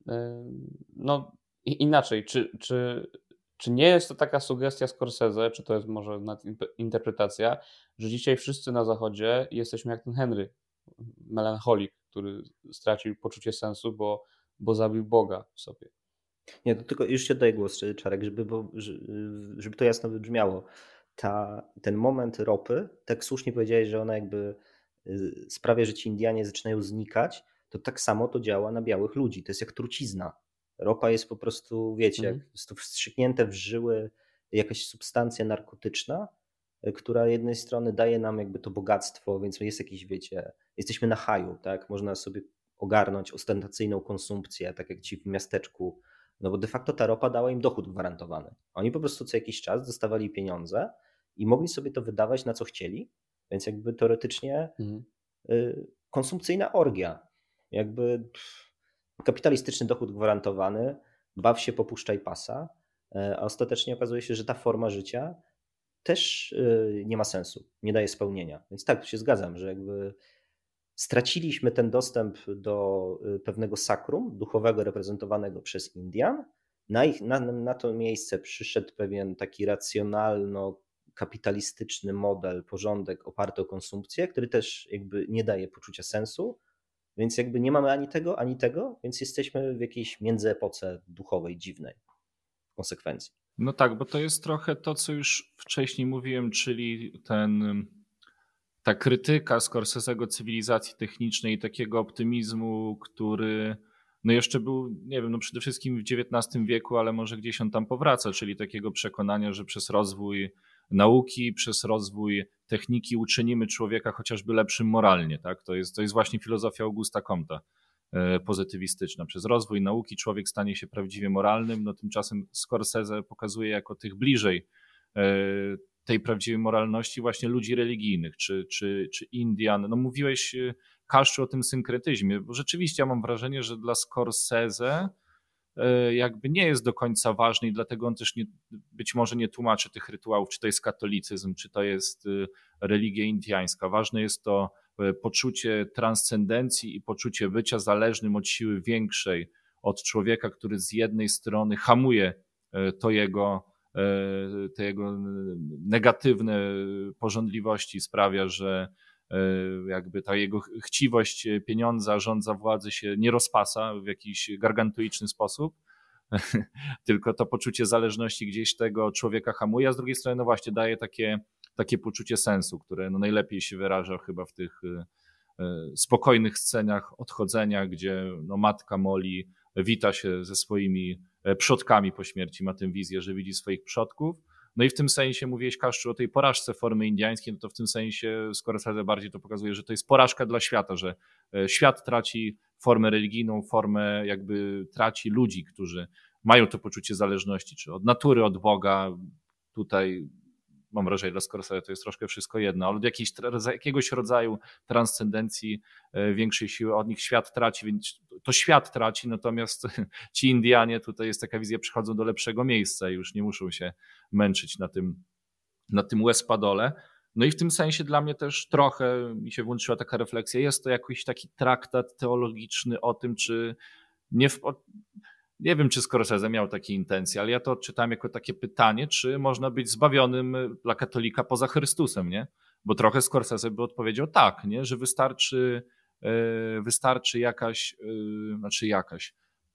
no inaczej, czy, czy, czy nie jest to taka sugestia Scorsese, czy to jest może interpretacja, że dzisiaj wszyscy na zachodzie jesteśmy jak ten Henry, melancholik, który stracił poczucie sensu, bo, bo zabił Boga w sobie. Nie, to tylko już się oddaję głos, Czarek, żeby, bo, żeby to jasno wybrzmiało. Ta, ten moment ropy, tak słusznie powiedziałeś, że ona jakby sprawia, że ci Indianie zaczynają znikać, to tak samo to działa na białych ludzi. To jest jak trucizna. Ropa jest po prostu, wiecie, mm. jak jest to wstrzyknięte w żyły jakaś substancja narkotyczna, która z jednej strony daje nam jakby to bogactwo, więc jest jakieś, wiecie, jesteśmy na haju, tak? Można sobie ogarnąć ostentacyjną konsumpcję, tak jak ci w miasteczku, no bo de facto ta ropa dała im dochód gwarantowany. Oni po prostu co jakiś czas dostawali pieniądze i mogli sobie to wydawać na co chcieli, więc jakby teoretycznie mm. y, konsumpcyjna orgia, jakby pff, kapitalistyczny dochód gwarantowany, baw się, popuszczaj pasa, a ostatecznie okazuje się, że ta forma życia też y, nie ma sensu, nie daje spełnienia. Więc tak, się zgadzam, że jakby straciliśmy ten dostęp do pewnego sakrum duchowego reprezentowanego przez Indian. Na, ich, na, na to miejsce przyszedł pewien taki racjonalno-kapitalistyczny model, porządek oparty o konsumpcję, który też jakby nie daje poczucia sensu, więc jakby nie mamy ani tego, ani tego, więc jesteśmy w jakiejś międzyepoce duchowej, dziwnej w konsekwencji. No tak, bo to jest trochę to, co już wcześniej mówiłem, czyli ten... ta krytyka Scorsese'ego cywilizacji technicznej i takiego optymizmu, który no jeszcze był, nie wiem, no przede wszystkim w dziewiętnastym wieku, ale może gdzieś on tam powraca, czyli takiego przekonania, że przez rozwój nauki, przez rozwój techniki uczynimy człowieka chociażby lepszym moralnie. Tak? To jest, to jest właśnie filozofia Augusta Comte'a pozytywistyczna. Przez rozwój nauki człowiek stanie się prawdziwie moralnym, no tymczasem Scorsese pokazuje jako tych bliżej tej prawdziwej moralności właśnie ludzi religijnych, czy, czy, czy Indian. No mówiłeś, Kaszczu, o tym synkretyzmie, bo rzeczywiście ja mam wrażenie, że dla Scorsese jakby nie jest do końca ważny i dlatego on też nie, być może nie tłumaczy tych rytuałów, czy to jest katolicyzm, czy to jest religia indiańska. Ważne jest to poczucie transcendencji i poczucie bycia zależnym od siły większej, od człowieka, który z jednej strony hamuje to jego te jego negatywne pożądliwości sprawia, że jakby ta jego chciwość pieniądza, żądza władzy się nie rozpasa w jakiś gargantuiczny sposób, tylko to poczucie zależności gdzieś tego człowieka hamuje, a z drugiej strony no właśnie daje takie, takie poczucie sensu, które no najlepiej się wyraża chyba w tych spokojnych scenach odchodzenia, gdzie no matka Molly wita się ze swoimi przodkami po śmierci, ma tę wizję, że widzi swoich przodków. No i w tym sensie mówiłeś, Kaszczu, o tej porażce formy indiańskiej, no to w tym sensie Scorsese bardziej to pokazuje, że to jest porażka dla świata, że świat traci formę religijną, formę jakby traci ludzi, którzy mają to poczucie zależności, czy od natury, od Boga. Tutaj mam wrażenie, dla Scorsese to jest troszkę wszystko jedno, ale od jakiejś, jakiegoś rodzaju transcendencji większej siły od nich świat traci, więc to świat traci, natomiast ci Indianie, tutaj jest taka wizja, przychodzą do lepszego miejsca i już nie muszą się męczyć na tym, na tym łez padole. No i w tym sensie dla mnie też trochę mi się włączyła taka refleksja. Jest to jakiś taki traktat teologiczny o tym, czy nie w, nie wiem, czy Scorsese miał takie intencje, ale ja to odczytałem jako takie pytanie, czy można być zbawionym dla katolika poza Chrystusem, nie? Bo trochę Scorsese by odpowiedział tak, nie? Że wystarczy, wystarczy jakaś, znaczy jakaś,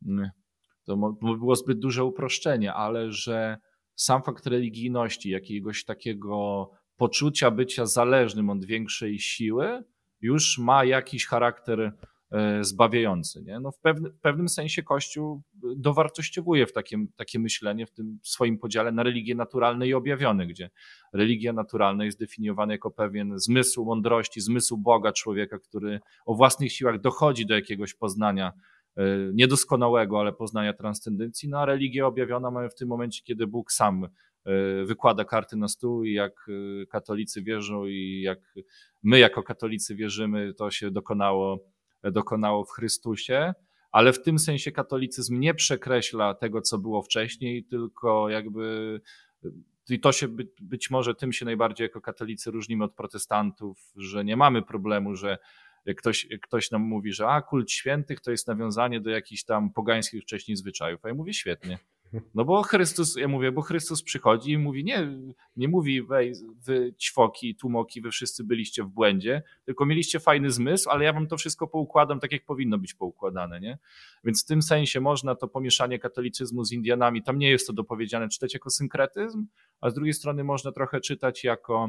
to by było zbyt duże uproszczenie, ale że sam fakt religijności, jakiegoś takiego poczucia bycia zależnym od większej siły już ma jakiś charakter zbawiający. Nie? No w, pewny, w pewnym sensie Kościół dowartościowuje w takie, takie myślenie w tym swoim podziale na religie naturalne i objawione, gdzie religia naturalna jest definiowana jako pewien zmysł mądrości, zmysł Boga człowieka, który o własnych siłach dochodzi do jakiegoś poznania niedoskonałego, ale poznania transcendencji, no a religię objawiona mamy w tym momencie, kiedy Bóg sam wykłada karty na stół i jak katolicy wierzą i jak my jako katolicy wierzymy, to się dokonało, dokonało w Chrystusie, ale w tym sensie katolicyzm nie przekreśla tego, co było wcześniej, tylko jakby i to się być, być może tym się najbardziej jako katolicy różnimy od protestantów, że nie mamy problemu, że jak ktoś, jak ktoś nam mówi, że a kult świętych to jest nawiązanie do jakichś tam pogańskich wcześniej zwyczajów, a ja mówię świetnie. No bo Chrystus, ja mówię, bo Chrystus przychodzi i mówi, nie, nie mówi wej, wy ćwoki, tłumoki, wy wszyscy byliście w błędzie, tylko mieliście fajny zmysł, ale ja wam to wszystko poukładam tak, jak powinno być poukładane, nie? Więc w tym sensie można to pomieszanie katolicyzmu z Indianami, tam nie jest to dopowiedziane czytać jako synkretyzm, a z drugiej strony można trochę czytać jako,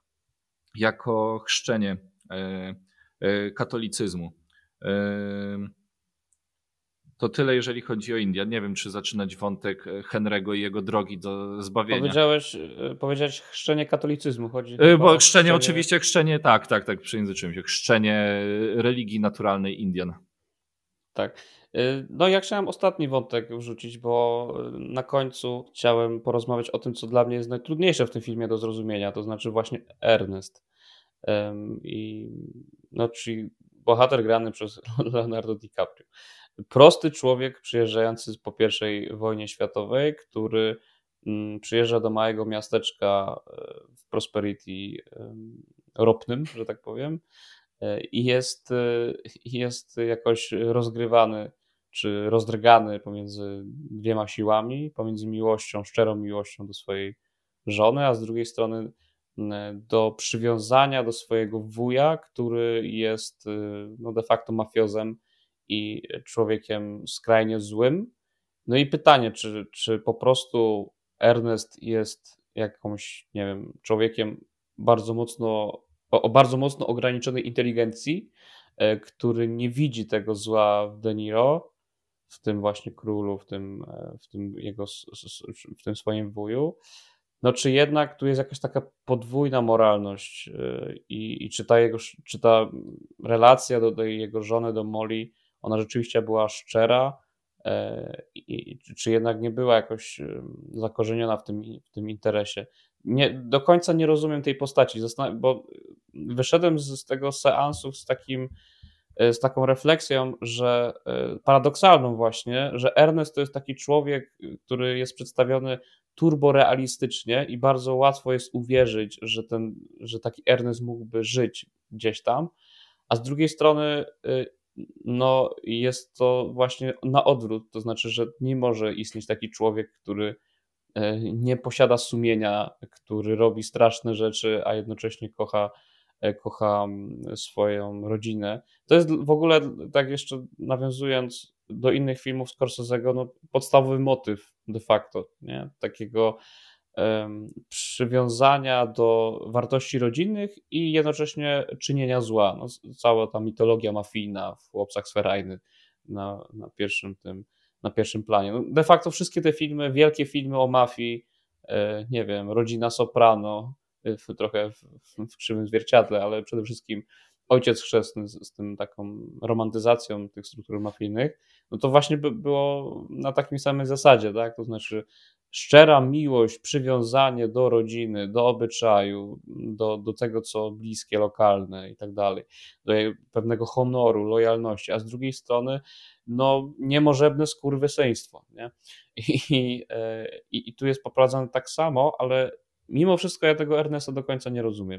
jako chrzczenie e, e, katolicyzmu. E, To tyle, jeżeli chodzi o Indię. Nie wiem, czy zaczynać wątek Henry'ego i jego drogi do zbawienia. Powiedziałeś, powiedziałeś chrzczenie katolicyzmu. Chodzi Bo chyba o chrzczenie, chrzczenie, oczywiście chrzczenie, tak, tak, tak, przejęzyczyłem się. Chrzczenie religii naturalnej Indian. Tak. No ja chciałem ostatni wątek wrzucić, bo na końcu chciałem porozmawiać o tym, co dla mnie jest najtrudniejsze w tym filmie do zrozumienia, to znaczy właśnie Ernest. I no, czyli bohater grany przez Leonardo DiCaprio. Prosty człowiek przyjeżdżający po pierwszej wojnie światowej, który przyjeżdża do małego miasteczka w Prosperity ropnym, że tak powiem, i jest, jest jakoś rozgrywany czy rozdrgany pomiędzy dwiema siłami, pomiędzy miłością, szczerą miłością do swojej żony, a z drugiej strony do przywiązania do swojego wuja, który jest no de facto mafiozem i człowiekiem skrajnie złym. No i pytanie, czy, czy po prostu Ernest jest jakąś, nie wiem, człowiekiem bardzo mocno, o, o bardzo mocno ograniczonej inteligencji, e, który nie widzi tego zła w De Niro, w tym właśnie królu, w tym, w tym jego, w tym swoim wuju. No czy jednak tu jest jakaś taka podwójna moralność i, i czy, ta jego, czy ta relacja do, do jego żony, do Molly, ona rzeczywiście była szczera i, i czy jednak nie była jakoś zakorzeniona w tym, w tym interesie. Nie, do końca nie rozumiem tej postaci, bo wyszedłem z, z tego seansu z takim z taką refleksją, że paradoksalną właśnie, że Ernest to jest taki człowiek, który jest przedstawiony turborealistycznie i bardzo łatwo jest uwierzyć, że, ten, że taki Ernest mógłby żyć gdzieś tam, a z drugiej strony no, jest to właśnie na odwrót, to znaczy, że nie może istnieć taki człowiek, który nie posiada sumienia, który robi straszne rzeczy, a jednocześnie kocha kocha swoją rodzinę. To jest w ogóle, tak jeszcze nawiązując do innych filmów Scorsese'ego, no, podstawowy motyw de facto, nie? Takiego um, przywiązania do wartości rodzinnych i jednocześnie czynienia zła. No, cała ta mitologia mafijna w Chłopcach z Ferajny na, na pierwszym tym, na pierwszym planie. No, de facto wszystkie te filmy, wielkie filmy o mafii, e, nie wiem, Rodzina Soprano, trochę w, w krzywym zwierciadle, ale przede wszystkim Ojciec Chrzestny z, z tym taką romantyzacją tych struktur mafijnych, no to właśnie by było na takiej samej zasadzie, tak? To znaczy szczera miłość, przywiązanie do rodziny, do obyczaju, do, do tego, co bliskie, lokalne i tak dalej, do pewnego honoru, lojalności, a z drugiej strony no niemożebne skurwysyństwo, nie? I, i, i tu jest poprowadzone tak samo, ale mimo wszystko ja tego Ernesta do końca nie rozumiem.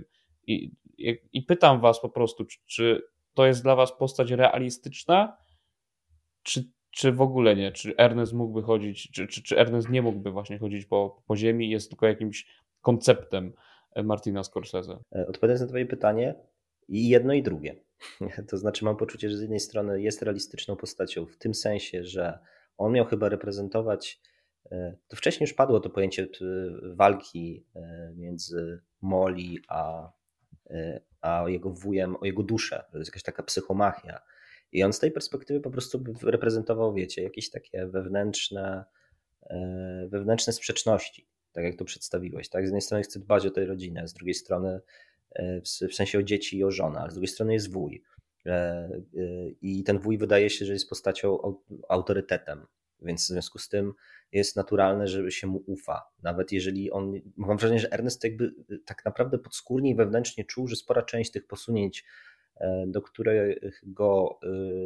I, i, i pytam was po prostu, czy, czy to jest dla was postać realistyczna, czy, czy w ogóle nie? Czy Ernest mógłby chodzić, czy, czy, czy Ernest nie mógłby właśnie chodzić po, po ziemi, jest tylko jakimś konceptem Martina Scorsese? Odpowiadając na twoje pytanie, i jedno i drugie. To znaczy mam poczucie, że z jednej strony jest realistyczną postacią w tym sensie, że on miał chyba reprezentować, to wcześniej już padło to pojęcie walki między Molly a, a jego wujem, o jego duszę. To jest jakaś taka psychomachia. I on z tej perspektywy po prostu reprezentował, wiecie, jakieś takie wewnętrzne, wewnętrzne sprzeczności, tak jak to przedstawiłeś. Tak? Z jednej strony chce dbać o tę rodzinę, z drugiej strony w sensie o dzieci i o żonę, ale z drugiej strony jest wuj. I ten wuj wydaje się, że jest postacią autorytetem, więc w związku z tym jest naturalne, żeby się mu ufa. Nawet jeżeli on, mam wrażenie, że Ernest jakby tak naprawdę podskórnie i wewnętrznie czuł, że spora część tych posunięć, do których go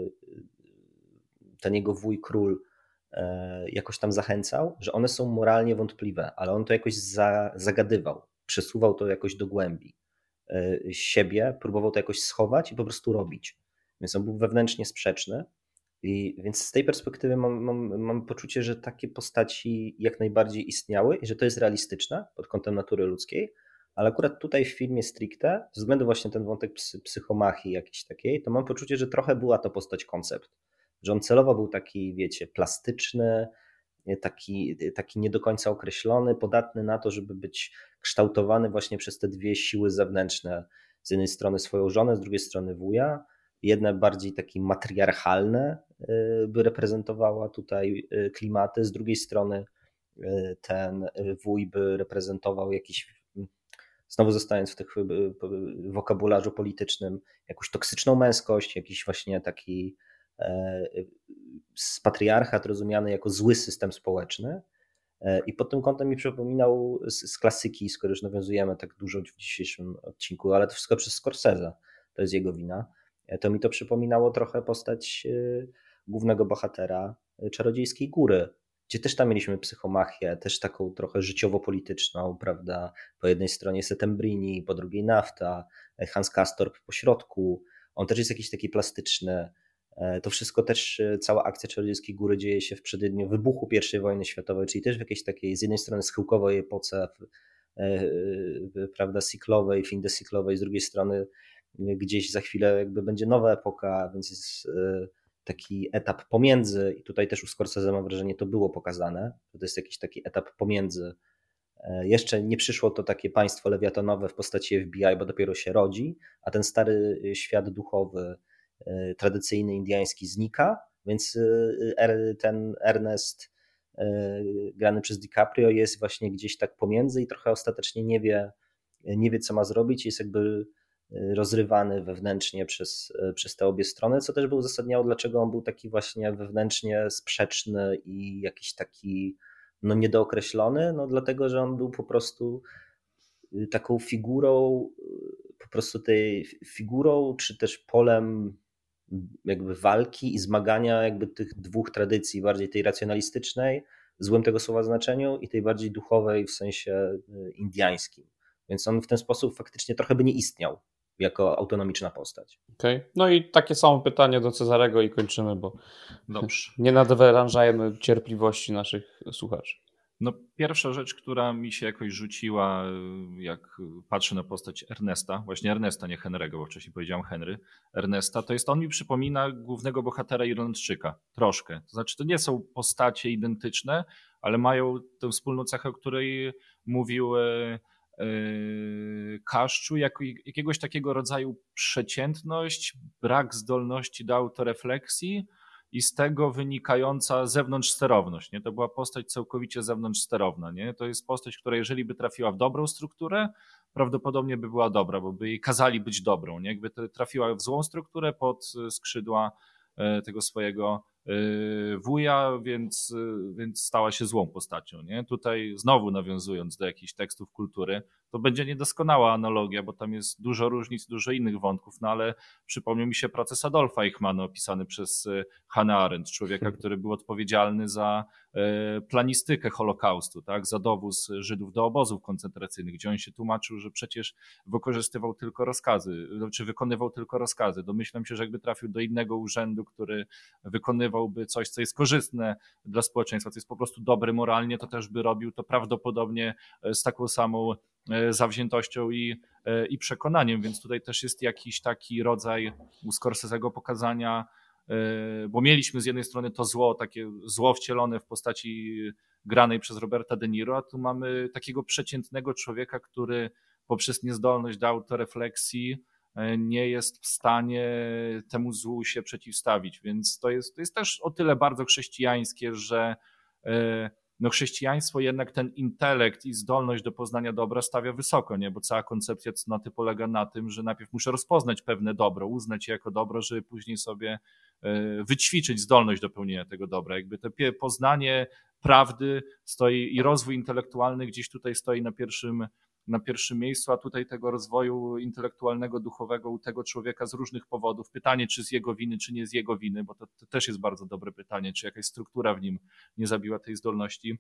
ten jego wuj król jakoś tam zachęcał, że one są moralnie wątpliwe, ale on to jakoś za, zagadywał, przesuwał to jakoś do głębi siebie, próbował to jakoś schować i po prostu robić. Więc on był wewnętrznie sprzeczny. I więc z tej perspektywy mam, mam, mam poczucie, że takie postaci jak najbardziej istniały i że to jest realistyczne pod kątem natury ludzkiej, ale akurat tutaj w filmie stricte, ze względu właśnie ten wątek psy, psychomachii jakiejś takiej, to mam poczucie, że trochę była to postać koncept. Że on celowo był taki, wiecie, plastyczny, taki, taki nie do końca określony, podatny na to, żeby być kształtowany właśnie przez te dwie siły zewnętrzne. Z jednej strony swoją żonę, z drugiej strony wuja. Jedna bardziej takie matriarchalne by reprezentowała tutaj klimaty, z drugiej strony ten wuj by reprezentował jakiś, znowu zostając w tych wokabularzu politycznym, jakąś toksyczną męskość, jakiś właśnie taki patriarchat rozumiany jako zły system społeczny. I pod tym kątem mi przypominał z, z klasyki, skoro już nawiązujemy tak dużo w dzisiejszym odcinku, ale to wszystko przez Scorsese, to jest jego wina, to mi to przypominało trochę postać głównego bohatera Czarodziejskiej Góry, gdzie też tam mieliśmy psychomachię, też taką trochę życiowo-polityczną, prawda, po jednej stronie Settembrini, po drugiej Nafta, Hans Castorp po środku, on też jest jakiś taki plastyczny. To wszystko też, cała akcja Czarodziejskiej Góry dzieje się w przededniu wybuchu pierwszej wojny światowej, czyli też w jakiejś takiej z jednej strony schyłkowej epoce, prawda, cyklowej, fin de cyklowej, z drugiej strony gdzieś za chwilę jakby będzie nowa epoka, więc jest taki etap pomiędzy i tutaj też u Scorsese mam wrażenie to było pokazane, że to jest jakiś taki etap pomiędzy. Jeszcze nie przyszło to takie państwo lewiatonowe w postaci F B I, bo dopiero się rodzi, a ten stary świat duchowy, tradycyjny indyjski znika, więc ten Ernest grany przez DiCaprio jest właśnie gdzieś tak pomiędzy i trochę ostatecznie nie wie, nie wie co ma zrobić, jest jakby rozrywany wewnętrznie przez, przez te obie strony, co też by uzasadniało, dlaczego on był taki właśnie wewnętrznie sprzeczny i jakiś taki no niedookreślony, no dlatego, że on był po prostu taką figurą, po prostu tej figurą, czy też polem jakby walki i zmagania jakby tych dwóch tradycji, bardziej tej racjonalistycznej, w złym tego słowa znaczeniu, i tej bardziej duchowej w sensie indyjskim. Więc on w ten sposób faktycznie trochę by nie istniał jako autonomiczna postać. Okej. Okay. No i takie samo pytanie do Cezarego i kończymy, bo Dobrze. Nie nadwyrężajmy cierpliwości naszych słuchaczy. No, pierwsza rzecz, która mi się jakoś rzuciła, jak patrzę na postać Ernesta, właśnie Ernesta, nie Henry'ego, bo wcześniej powiedziałem Henry, Ernesta, to jest on mi przypomina głównego bohatera Irlandczyka, troszkę. To znaczy, to nie są postacie identyczne, ale mają tę wspólną cechę, o której mówił Kaszczu, jako jakiegoś takiego rodzaju przeciętność, brak zdolności do autorefleksji i z tego wynikająca zewnątrzsterowność. Nie? To była postać całkowicie zewnątrzsterowna. Nie? To jest postać, która jeżeli by trafiła w dobrą strukturę, prawdopodobnie by była dobra, bo by jej kazali być dobrą. Nie? Jakby trafiła w złą strukturę pod skrzydła tego swojego wuja, więc, więc stała się złą postacią. Nie? Tutaj znowu nawiązując do jakichś tekstów kultury, to będzie niedoskonała analogia, bo tam jest dużo różnic, dużo innych wątków, no ale przypomniał mi się proces Adolfa Eichmanna opisany przez Hannah Arendt, człowieka, który był odpowiedzialny za planistykę Holokaustu, tak, za dowóz Żydów do obozów koncentracyjnych, gdzie on się tłumaczył, że przecież wykorzystywał tylko rozkazy, czy wykonywał tylko rozkazy. Domyślam się, że jakby trafił do innego urzędu, który wykonywałby coś, co jest korzystne dla społeczeństwa, co jest po prostu dobre moralnie, to też by robił to prawdopodobnie z taką samą zawziętością i, i przekonaniem, więc tutaj też jest jakiś taki rodzaj u Scorsese'ego pokazania, bo mieliśmy z jednej strony to zło, takie zło wcielone w postaci granej przez Roberta De Niro, a tu mamy takiego przeciętnego człowieka, który poprzez niezdolność do autorefleksji nie jest w stanie temu złu się przeciwstawić, więc to jest, to jest też o tyle bardzo chrześcijańskie, że no chrześcijaństwo jednak ten intelekt i zdolność do poznania dobra stawia wysoko, nie? Bo cała koncepcja cnoty polega na tym, że najpierw muszę rozpoznać pewne dobro, uznać je jako dobro, żeby później sobie wyćwiczyć zdolność do pełnienia tego dobra. Jakby to poznanie prawdy stoi i rozwój intelektualny gdzieś tutaj stoi na pierwszym, na pierwszym miejscu, a tutaj tego rozwoju intelektualnego, duchowego u tego człowieka z różnych powodów. Pytanie, czy z jego winy, czy nie z jego winy, bo to, to też jest bardzo dobre pytanie, czy jakaś struktura w nim nie zabiła tej zdolności,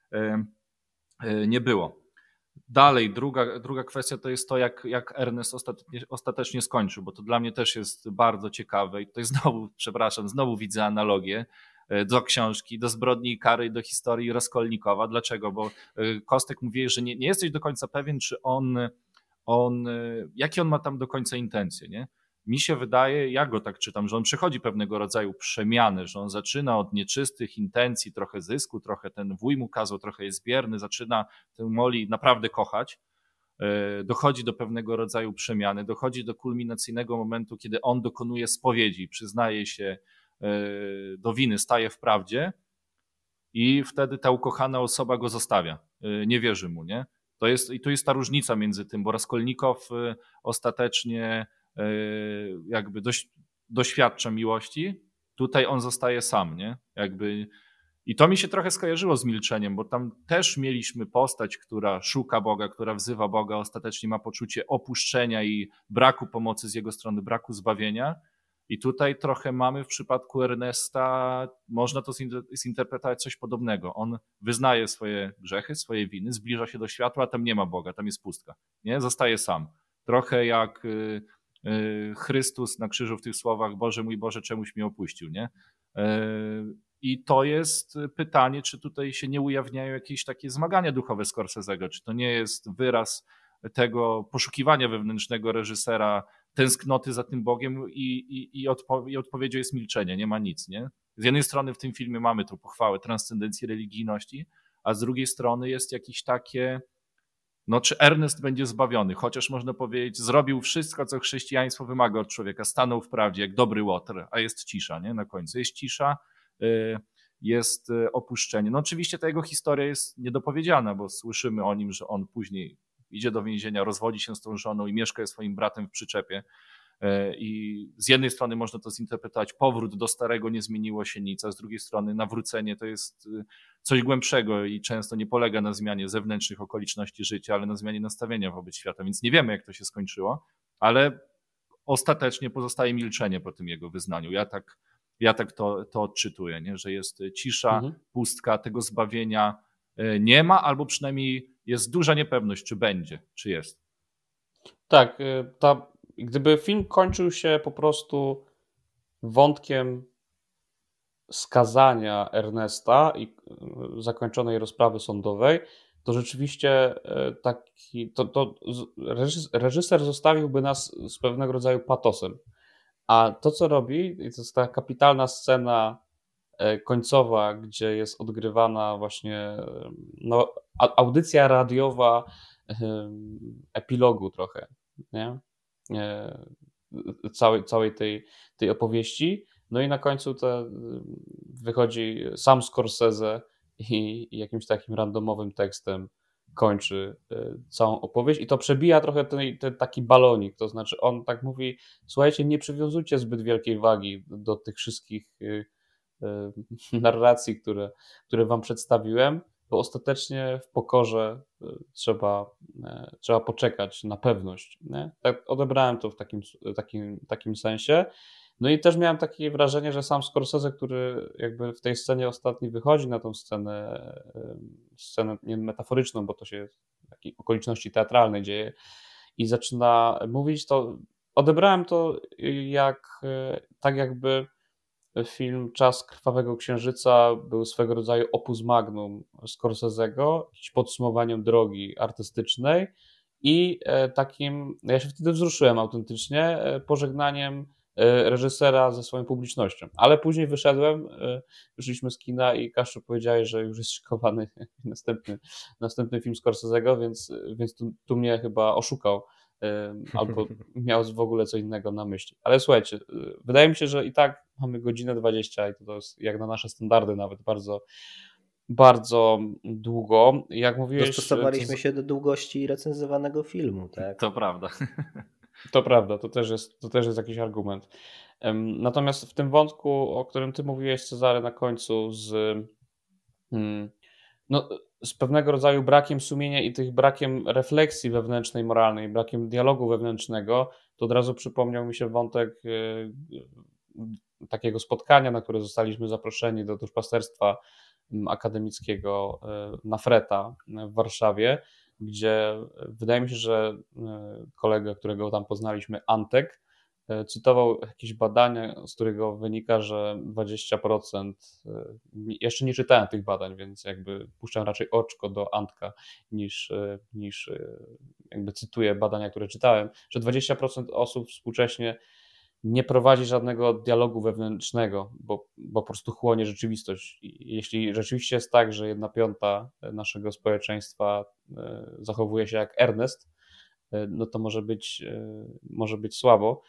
nie było. Dalej, druga, druga kwestia to jest to, jak, jak Ernest ostatecznie, ostatecznie skończył, bo to dla mnie też jest bardzo ciekawe i tutaj znowu, przepraszam, znowu widzę analogię do książki, do Zbrodni i kary i do historii Raskolnikowa. Dlaczego? Bo Kostek mówi, że nie, nie jesteś do końca pewien, czy on, on, jakie on ma tam do końca intencje, nie? Mi się wydaje, ja go tak czytam, że on przechodzi pewnego rodzaju przemianę, że on zaczyna od nieczystych intencji, trochę zysku, trochę ten wuj mu kazał, trochę jest bierny, zaczyna tę Molly naprawdę kochać, dochodzi do pewnego rodzaju przemiany, dochodzi do kulminacyjnego momentu, kiedy on dokonuje spowiedzi, przyznaje się do winy, staje w prawdzie i wtedy ta ukochana osoba go zostawia, nie wierzy mu, nie? To jest, i tu jest ta różnica między tym, bo Raskolnikow ostatecznie jakby dość, doświadcza miłości, tutaj on zostaje sam, nie? Jakby, i to mi się trochę skojarzyło z Milczeniem, bo tam też mieliśmy postać, która szuka Boga, która wzywa Boga, ostatecznie ma poczucie opuszczenia i braku pomocy z jego strony, braku zbawienia. I tutaj trochę mamy w przypadku Ernesta, można to zinterpretować coś podobnego. On wyznaje swoje grzechy, swoje winy, zbliża się do światła, a tam nie ma Boga, tam jest pustka, nie? Zostaje sam. Trochę jak Chrystus na krzyżu w tych słowach: Boże mój Boże, czemuś mnie opuścił, nie? I to jest pytanie, czy tutaj się nie ujawniają jakieś takie zmagania duchowe Scorsese'ego, czy to nie jest wyraz tego poszukiwania wewnętrznego reżysera, tęsknoty za tym Bogiem i, i, i, odpo- i odpowiedzią jest milczenie, nie ma nic, nie? Z jednej strony w tym filmie mamy tą pochwałę transcendencji religijności, a z drugiej strony jest jakieś takie, no czy Ernest będzie zbawiony, chociaż można powiedzieć, zrobił wszystko, co chrześcijaństwo wymaga od człowieka, stanął w prawdzie jak dobry łotr, a jest cisza, nie? Na końcu jest cisza, jest opuszczenie. No oczywiście ta jego historia jest niedopowiedziana, bo słyszymy o nim, że on później idzie do więzienia, rozwodzi się z tą żoną i mieszka ze swoim bratem w przyczepie. I z jednej strony można to zinterpretować, powrót do starego, nie zmieniło się nic, a z drugiej strony nawrócenie to jest coś głębszego i często nie polega na zmianie zewnętrznych okoliczności życia, ale na zmianie nastawienia wobec świata, więc nie wiemy, jak to się skończyło, ale ostatecznie pozostaje milczenie po tym jego wyznaniu. Ja tak, ja tak to, to odczytuję, nie? Że jest cisza, mhm. pustka, tego zbawienia nie ma, albo przynajmniej jest duża niepewność, czy będzie, czy jest. Tak, ta, gdyby film kończył się po prostu wątkiem skazania Ernesta i zakończonej rozprawy sądowej, to rzeczywiście taki, to, to reżyser zostawiłby nas z pewnego rodzaju patosem. A to, co robi, to jest ta kapitalna scena końcowa, gdzie jest odgrywana właśnie no, audycja radiowa epilogu trochę, nie? Całej, całej tej, tej opowieści. No i na końcu to wychodzi sam Scorsese i, i jakimś takim randomowym tekstem kończy całą opowieść i to przebija trochę ten, ten taki balonik, to znaczy on tak mówi: słuchajcie, nie przywiązujcie zbyt wielkiej wagi do tych wszystkich narracji, które, które wam przedstawiłem, bo ostatecznie w pokorze trzeba, trzeba poczekać na pewność. Nie? Tak odebrałem to w takim, takim, takim sensie. No i też miałem takie wrażenie, że sam Scorsese, który jakby w tej scenie ostatniej wychodzi na tą scenę, scenę nie metaforyczną, bo to się w takiej okoliczności teatralnej dzieje i zaczyna mówić, to odebrałem to jak tak jakby film Czas Krwawego Księżyca był swego rodzaju opus magnum Scorsese'ego, jakimś podsumowaniem drogi artystycznej i takim, ja się wtedy wzruszyłem autentycznie, pożegnaniem reżysera ze swoją publicznością. Ale później wyszedłem, wyszliśmy z kina i Kaszczu powiedziałeś, że już jest szykowany następny, następny film Scorsese'ego, więc, więc tu, tu mnie chyba oszukał albo miał w ogóle co innego na myśli. Ale słuchajcie, wydaje mi się, że i tak mamy godzinę dwadzieścia i to jest jak na nasze standardy nawet bardzo, bardzo długo. Jak mówiłeś... Dostosowaliśmy się do długości recenzowanego filmu, tak? To prawda. To prawda, to też jest, to też jest jakiś argument. Natomiast w tym wątku, o którym ty mówiłeś, Cezary, na końcu z, no, z pewnego rodzaju brakiem sumienia i tych brakiem refleksji wewnętrznej, moralnej, brakiem dialogu wewnętrznego, to od razu przypomniał mi się wątek takiego spotkania, na które zostaliśmy zaproszeni do duszpasterstwa akademickiego na Freta w Warszawie, gdzie wydaje mi się, że kolega, którego tam poznaliśmy, Antek, cytował jakieś badania, z którego wynika, że dwadzieścia procent, jeszcze nie czytałem tych badań, więc jakby puszczam raczej oczko do Antka niż, niż jakby cytuję badania, które czytałem, że dwadzieścia procent osób współcześnie nie prowadzi żadnego dialogu wewnętrznego, bo, bo po prostu chłonie rzeczywistość. I jeśli rzeczywiście jest tak, że jedna piąta naszego społeczeństwa zachowuje się jak Ernest, no to może być, może być słabo.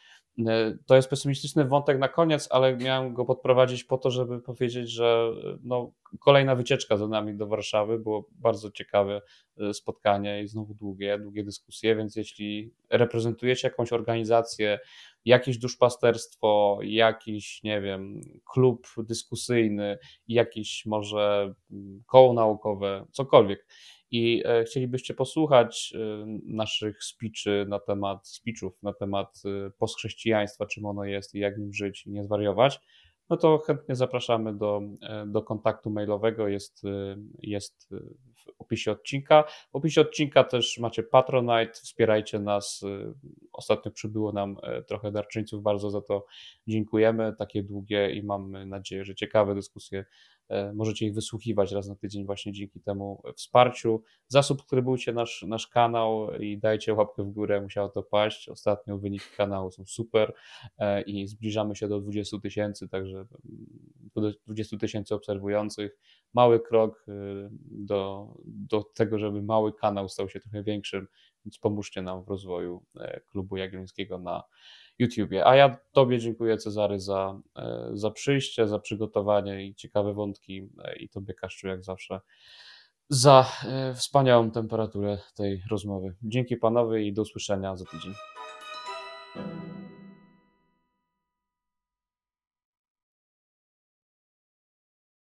To jest pesymistyczny wątek na koniec, ale miałem go podprowadzić po to, żeby powiedzieć, że no, kolejna wycieczka za nami do Warszawy, było bardzo ciekawe spotkanie i znowu długie, długie dyskusje, więc jeśli reprezentujecie jakąś organizację, jakieś duszpasterstwo, jakiś, nie wiem, klub dyskusyjny, jakiś może koło naukowe, cokolwiek, i chcielibyście posłuchać naszych speeczy na temat, speechów na temat postchrześcijaństwa, czym ono jest i jak nim żyć i nie zwariować, no to chętnie zapraszamy do, do kontaktu mailowego, jest, jest w opisie odcinka. W opisie odcinka też macie Patronite, wspierajcie nas. Ostatnio przybyło nam trochę darczyńców, bardzo za to dziękujemy. Takie długie i mamy nadzieję, że ciekawe dyskusje. Możecie ich wysłuchiwać raz na tydzień właśnie dzięki temu wsparciu. Zasubskrybujcie nasz, nasz kanał i dajcie łapkę w górę, musiało to paść. Ostatnio wyniki kanału są super i zbliżamy się do dwudziestu tysięcy, także do dwudziestu tysięcy obserwujących. Mały krok do, do tego, żeby mały kanał stał się trochę większym, więc pomóżcie nam w rozwoju Klubu Jagiellońskiego na YouTubie. A ja Tobie dziękuję, Cezary, za, za przyjście, za przygotowanie i ciekawe wątki i Tobie, Kaszczu, jak zawsze za wspaniałą temperaturę tej rozmowy. Dzięki panowie i do usłyszenia za tydzień.